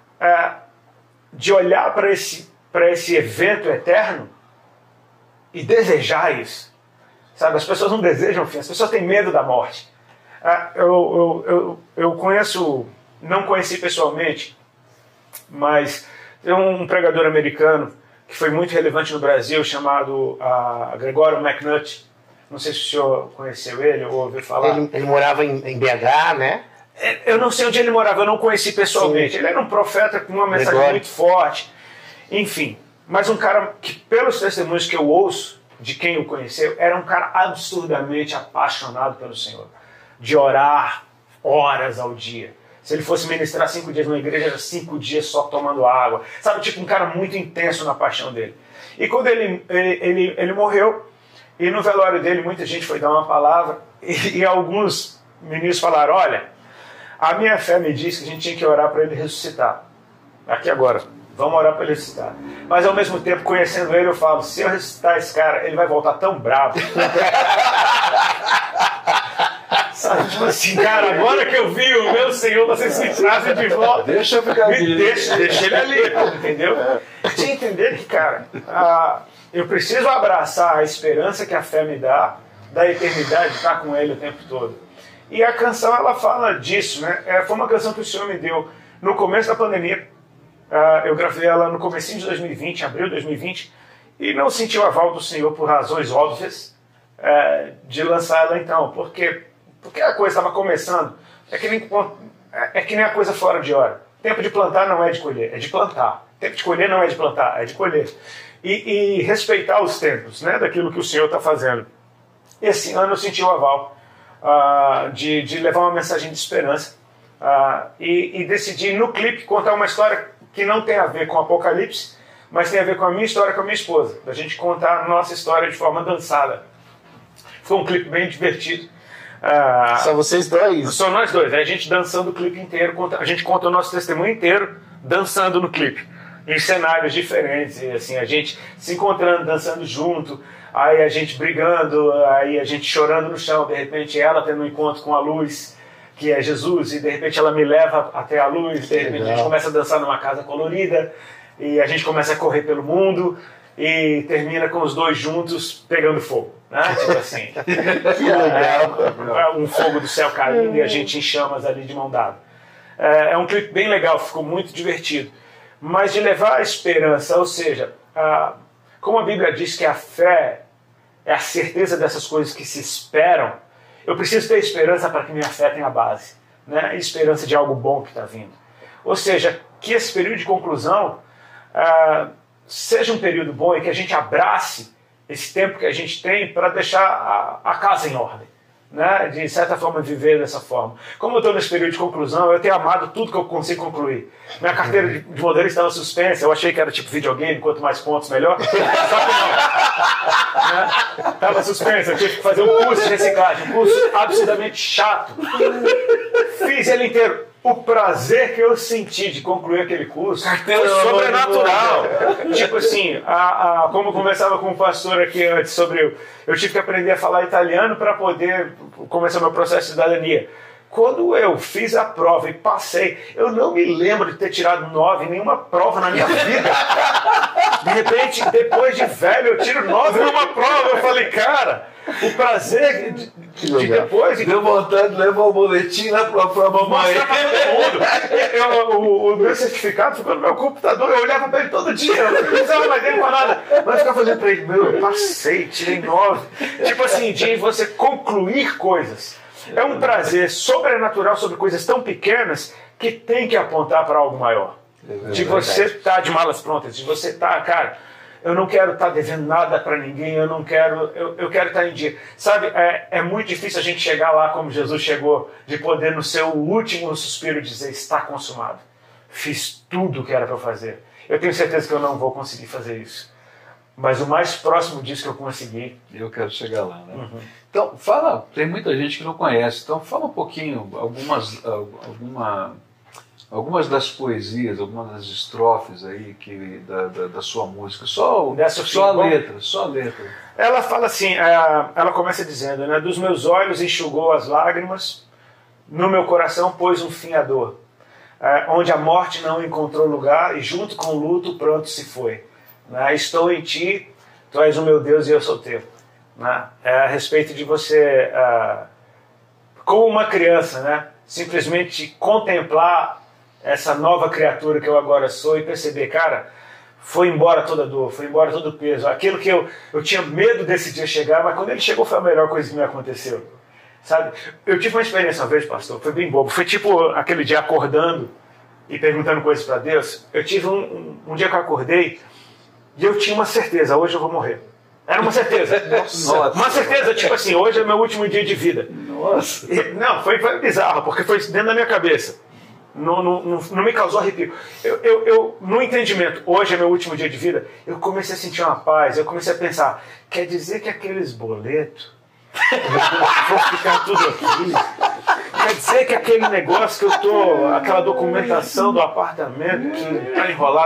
de olhar para esse evento eterno e desejar isso. Sabe, as pessoas não desejam o fim, as pessoas têm medo da morte. Eu não conheci pessoalmente, mas tem um pregador americano que foi muito relevante no Brasil, chamado Gregório McNutt. Não sei se o senhor conheceu ele ou ouviu falar. Ele morava em BH, né? Eu não sei onde ele morava, eu não conheci pessoalmente. Sim. Ele era um profeta com uma mensagem muito forte. Enfim, mas um cara que, pelos testemunhos que eu ouço, de quem o conheceu, era um cara absurdamente apaixonado pelo Senhor. De orar horas ao dia. Se ele fosse ministrar 5 dias numa igreja, era 5 dias só tomando água. Sabe, tipo um cara muito intenso na paixão dele. E quando ele morreu, e no velório dele muita gente foi dar uma palavra, e alguns ministros falaram, olha, a minha fé me diz que a gente tinha que orar para ele ressuscitar. Aqui agora. Vamos orar para ele ressuscitar. Mas ao mesmo tempo, conhecendo ele, eu falo, se eu ressuscitar esse cara, ele vai voltar tão bravo. Sabe? Tipo assim, cara, agora que eu vi o meu Senhor, vocês me trazem de volta. Deixa eu ficar aqui. Deixa ele ali, entendeu? De entender que, cara, eu preciso abraçar a esperança que a fé me dá, da eternidade, estar com ele o tempo todo. E a canção, ela fala disso, né? Foi uma canção que o Senhor me deu no começo da pandemia. Eu gravei ela no comecinho de 2020, abril de 2020, e não senti o aval do Senhor por razões óbvias de lançar ela então. Porque a coisa estava começando. É que nem a coisa fora de hora. Tempo de plantar não é de colher, é de plantar. Tempo de colher não é de plantar, é de colher. E respeitar os tempos, né, daquilo que o Senhor está fazendo. Esse ano eu senti o aval de levar uma mensagem de esperança e decidi no clipe contar uma história que não tem a ver com Apocalipse, mas tem a ver com a minha história com a minha esposa, da gente contar a nossa história de forma dançada. Foi um clipe bem divertido. São vocês dois? São nós dois, a gente dançando o clipe inteiro, a gente conta o nosso testemunho inteiro dançando no clipe, em cenários diferentes, e assim, a gente se encontrando, dançando junto, aí a gente brigando, aí a gente chorando no chão, de repente ela tendo um encontro com a luz, que é Jesus, e de repente ela me leva até a luz, de repente a gente começa a dançar numa casa colorida, e a gente começa a correr pelo mundo, e termina com os dois juntos pegando fogo, né? Tipo assim, Que legal. Um fogo do céu caindo e a gente em chamas ali de mão dada. É um clipe bem legal, ficou muito divertido, mas de levar a esperança, ou seja, como a Bíblia diz que a fé é a certeza dessas coisas que se esperam, eu preciso ter esperança para que minha fé tenha base, né? Esperança de algo bom que está vindo. Ou seja, que esse período de conclusão seja um período bom e que a gente abrace esse tempo que a gente tem para deixar a casa em ordem, né? De certa forma viver dessa forma. Como eu estou nesse período de conclusão, eu tenho amado tudo que eu consigo concluir. Minha carteira de motorista estava suspensa, eu achei que era tipo videogame, quanto mais pontos melhor, só que não, né? Estava suspensa, eu tive que fazer um curso de reciclagem, um curso absurdamente chato. Fiz ele inteiro. O prazer que eu senti de concluir aquele curso foi sobrenatural. Tipo assim, como eu conversava com um pastor aqui antes sobre eu tive que aprender a falar italiano para poder começar meu processo de cidadania. Quando eu fiz a prova e passei, eu não me lembro de ter tirado 9 em nenhuma prova na minha vida. De repente, depois de velho, eu tiro 9 numa prova. Eu falei, cara, o prazer de depois... Deu vontade de levar o boletim lá para a prova mãe. O meu certificado ficou no meu computador, eu olhava para ele todo dia, eu não precisava mais dele para nada. Mas eu ficava fazendo para ele, eu passei, tirei 9. Tipo assim, de você concluir coisas. É um prazer sobrenatural sobre coisas tão pequenas que tem que apontar para algo maior. De você estar de malas prontas, de você estar, cara, eu não quero estar devendo nada para ninguém, eu quero estar em dia. Sabe, é muito difícil a gente chegar lá como Jesus chegou, de poder no seu último suspiro dizer, está consumado. Fiz tudo o que era para eu fazer. Eu tenho certeza que eu não vou conseguir fazer isso. Mas o mais próximo disso que eu consegui... Eu quero chegar lá, né? Uhum. Então, fala, tem muita gente que não conhece, então fala um pouquinho, algumas das poesias, algumas das estrofes aí da sua música, só a letra. Ela fala assim, ela começa dizendo, né, dos meus olhos enxugou as lágrimas, no meu coração pôs um fim à dor, onde a morte não encontrou lugar e junto com o luto pronto se foi. Estou em ti, tu és o meu Deus e eu sou teu. A respeito de você, como uma criança, né, simplesmente contemplar essa nova criatura que eu agora sou e perceber, cara, foi embora toda a dor, foi embora todo o peso. Aquilo que eu tinha medo desse dia chegar, mas quando ele chegou foi a melhor coisa que me aconteceu. Sabe? Eu tive uma experiência uma vez, pastor, foi bem bobo. Foi tipo aquele dia acordando e perguntando coisas para Deus. Eu tive um dia que eu acordei e eu tinha uma certeza, hoje eu vou morrer. Era uma certeza. Nossa. Uma certeza, tipo assim, hoje é meu último dia de vida. Nossa. Não, foi bizarro, porque foi dentro da minha cabeça. Não me causou arrepio. Eu, no entendimento, hoje é meu último dia de vida, eu comecei a sentir uma paz, eu comecei a pensar, quer dizer que aqueles boletos vão ficar tudo aqui? Quer dizer que aquele negócio que eu tô, aquela documentação do apartamento que tá enrolado,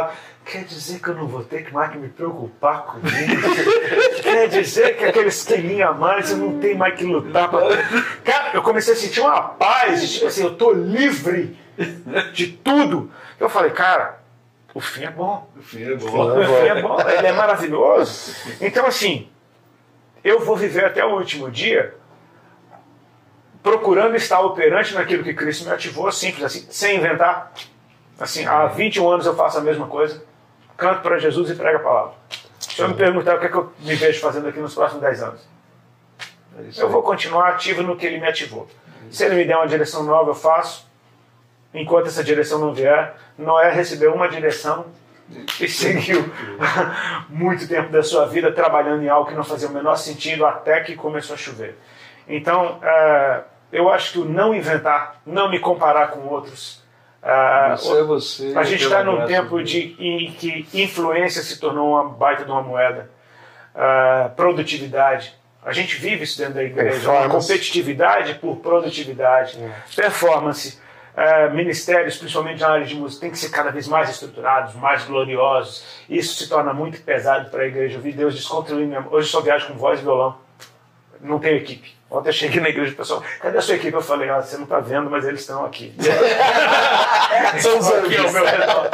quer dizer que eu não vou ter mais que me preocupar comigo? Quer dizer que aqueles quilinhos a mais eu não tenho mais que lutar pra... Cara, eu comecei a sentir uma paz, de, tipo assim, eu tô livre de tudo. Eu falei, cara, o fim é bom. O fim é bom. O fim é bom, ele é maravilhoso. Então, assim, eu vou viver até o último dia procurando estar operante naquilo que Cristo me ativou, simples assim, sem inventar. Assim, há 21 anos eu faço a mesma coisa, canto para Jesus e prego a palavra. Se eu me perguntar o que é que eu me vejo fazendo aqui nos próximos 10 anos, eu vou continuar ativo no que ele me ativou. Se ele me der uma direção nova, eu faço. Enquanto essa direção não vier, Noé recebeu uma direção e seguiu muito tempo da sua vida trabalhando em algo que não fazia o menor sentido até que começou a chover. Então, eu acho que o não inventar, não me comparar com outros, você, a gente está num tempo em que influência se tornou uma baita de uma moeda, produtividade. A gente vive isso dentro da igreja, uma competitividade por produtividade, performance. Ministérios, principalmente na área de música, tem que ser cada vez mais estruturados, mais gloriosos. Isso se torna muito pesado para a igreja. Eu vi Deus desconstruir mesmo. Hoje eu só viajo com voz e violão. Não tenho equipe. Ontem eu cheguei na igreja e o pessoal, cadê a sua equipe? Eu falei, você não está vendo, mas eles estão aqui. São os aqui ao meu redor.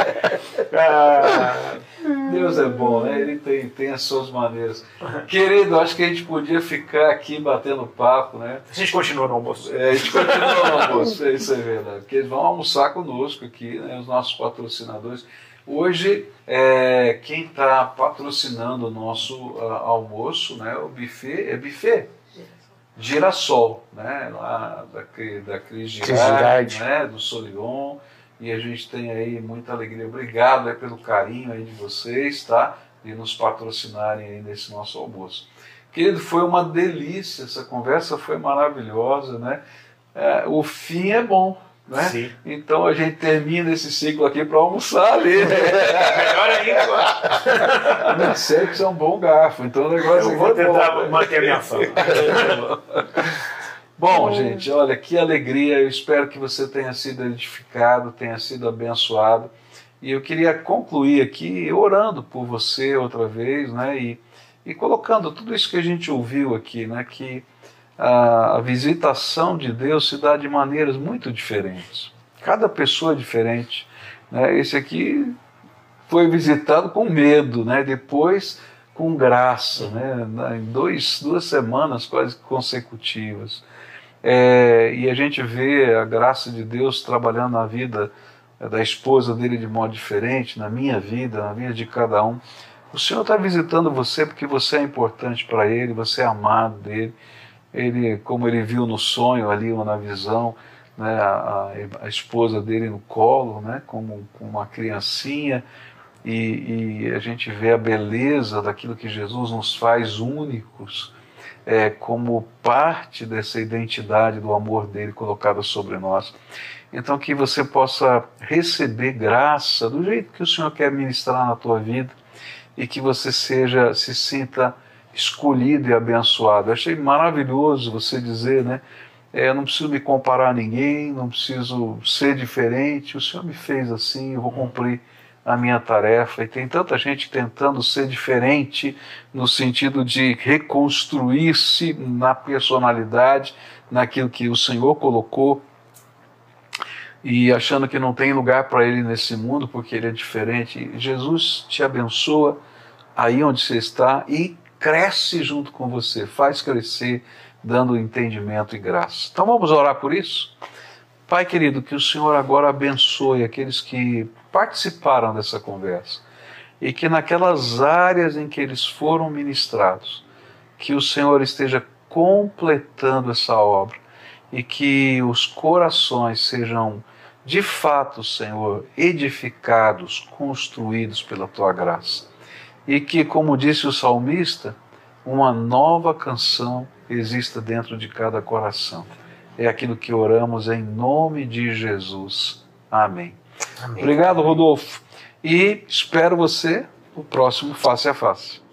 Deus é bom, né? Ele tem as suas maneiras. Querido, acho que a gente podia ficar aqui batendo papo, né? A gente continua no almoço. A gente continua no almoço, isso é verdade. Porque eles vão almoçar conosco aqui, né? Os nossos patrocinadores. Hoje, quem está patrocinando o nosso almoço, né? O buffet, buffet? Girassol, né? Lá da Cris Girardi, né? Do Solion. E a gente tem aí muita alegria. Obrigado aí pelo carinho aí de vocês, tá? De nos patrocinarem aí nesse nosso almoço. Querido, foi uma delícia, essa conversa foi maravilhosa, né? O fim é bom, né? Sim. Então a gente termina esse ciclo aqui para almoçar ali, né? Melhor ainda agora. Não sei que você é um bom garfo, então o negócio eu vou tentar manter a minha fama. Bom, gente, olha, que alegria, eu espero que você tenha sido edificado, tenha sido abençoado, e eu queria concluir aqui orando por você outra vez, né, e colocando tudo isso que a gente ouviu aqui, né, que a visitação de Deus se dá de maneiras muito diferentes, cada pessoa é diferente, né, esse aqui foi visitado com medo, né, depois com graça, né, em duas semanas quase consecutivas. E a gente vê a graça de Deus trabalhando na vida da esposa dele de modo diferente, na minha vida, na vida de cada um. O Senhor está visitando você porque você é importante para Ele, você é amado dele. Ele, como ele viu no sonho ali ou na visão, né, a esposa dele no colo, né, como uma criancinha, e a gente vê a beleza daquilo que Jesus nos faz únicos, como parte dessa identidade do amor dele colocada sobre nós. Então que você possa receber graça do jeito que o Senhor quer ministrar na tua vida e que você se sinta escolhido e abençoado. Eu achei maravilhoso você dizer, né? Eu não preciso me comparar a ninguém, não preciso ser diferente, o Senhor me fez assim, eu vou cumprir a minha tarefa. E tem tanta gente tentando ser diferente no sentido de reconstruir-se na personalidade, naquilo que o Senhor colocou, e achando que não tem lugar para ele nesse mundo porque ele é diferente. Jesus te abençoa aí onde você está e cresce junto com você, faz crescer dando entendimento e graça. Então vamos orar por isso? Pai querido, que o Senhor agora abençoe aqueles que participaram dessa conversa e que naquelas áreas em que eles foram ministrados, que o Senhor esteja completando essa obra e que os corações sejam de fato, Senhor, edificados, construídos pela Tua graça. E que, como disse o salmista, uma nova canção exista dentro de cada coração. É aquilo que oramos em nome de Jesus. Amém. Amém. Obrigado, Rodolfo. E espero você no próximo Face a Face.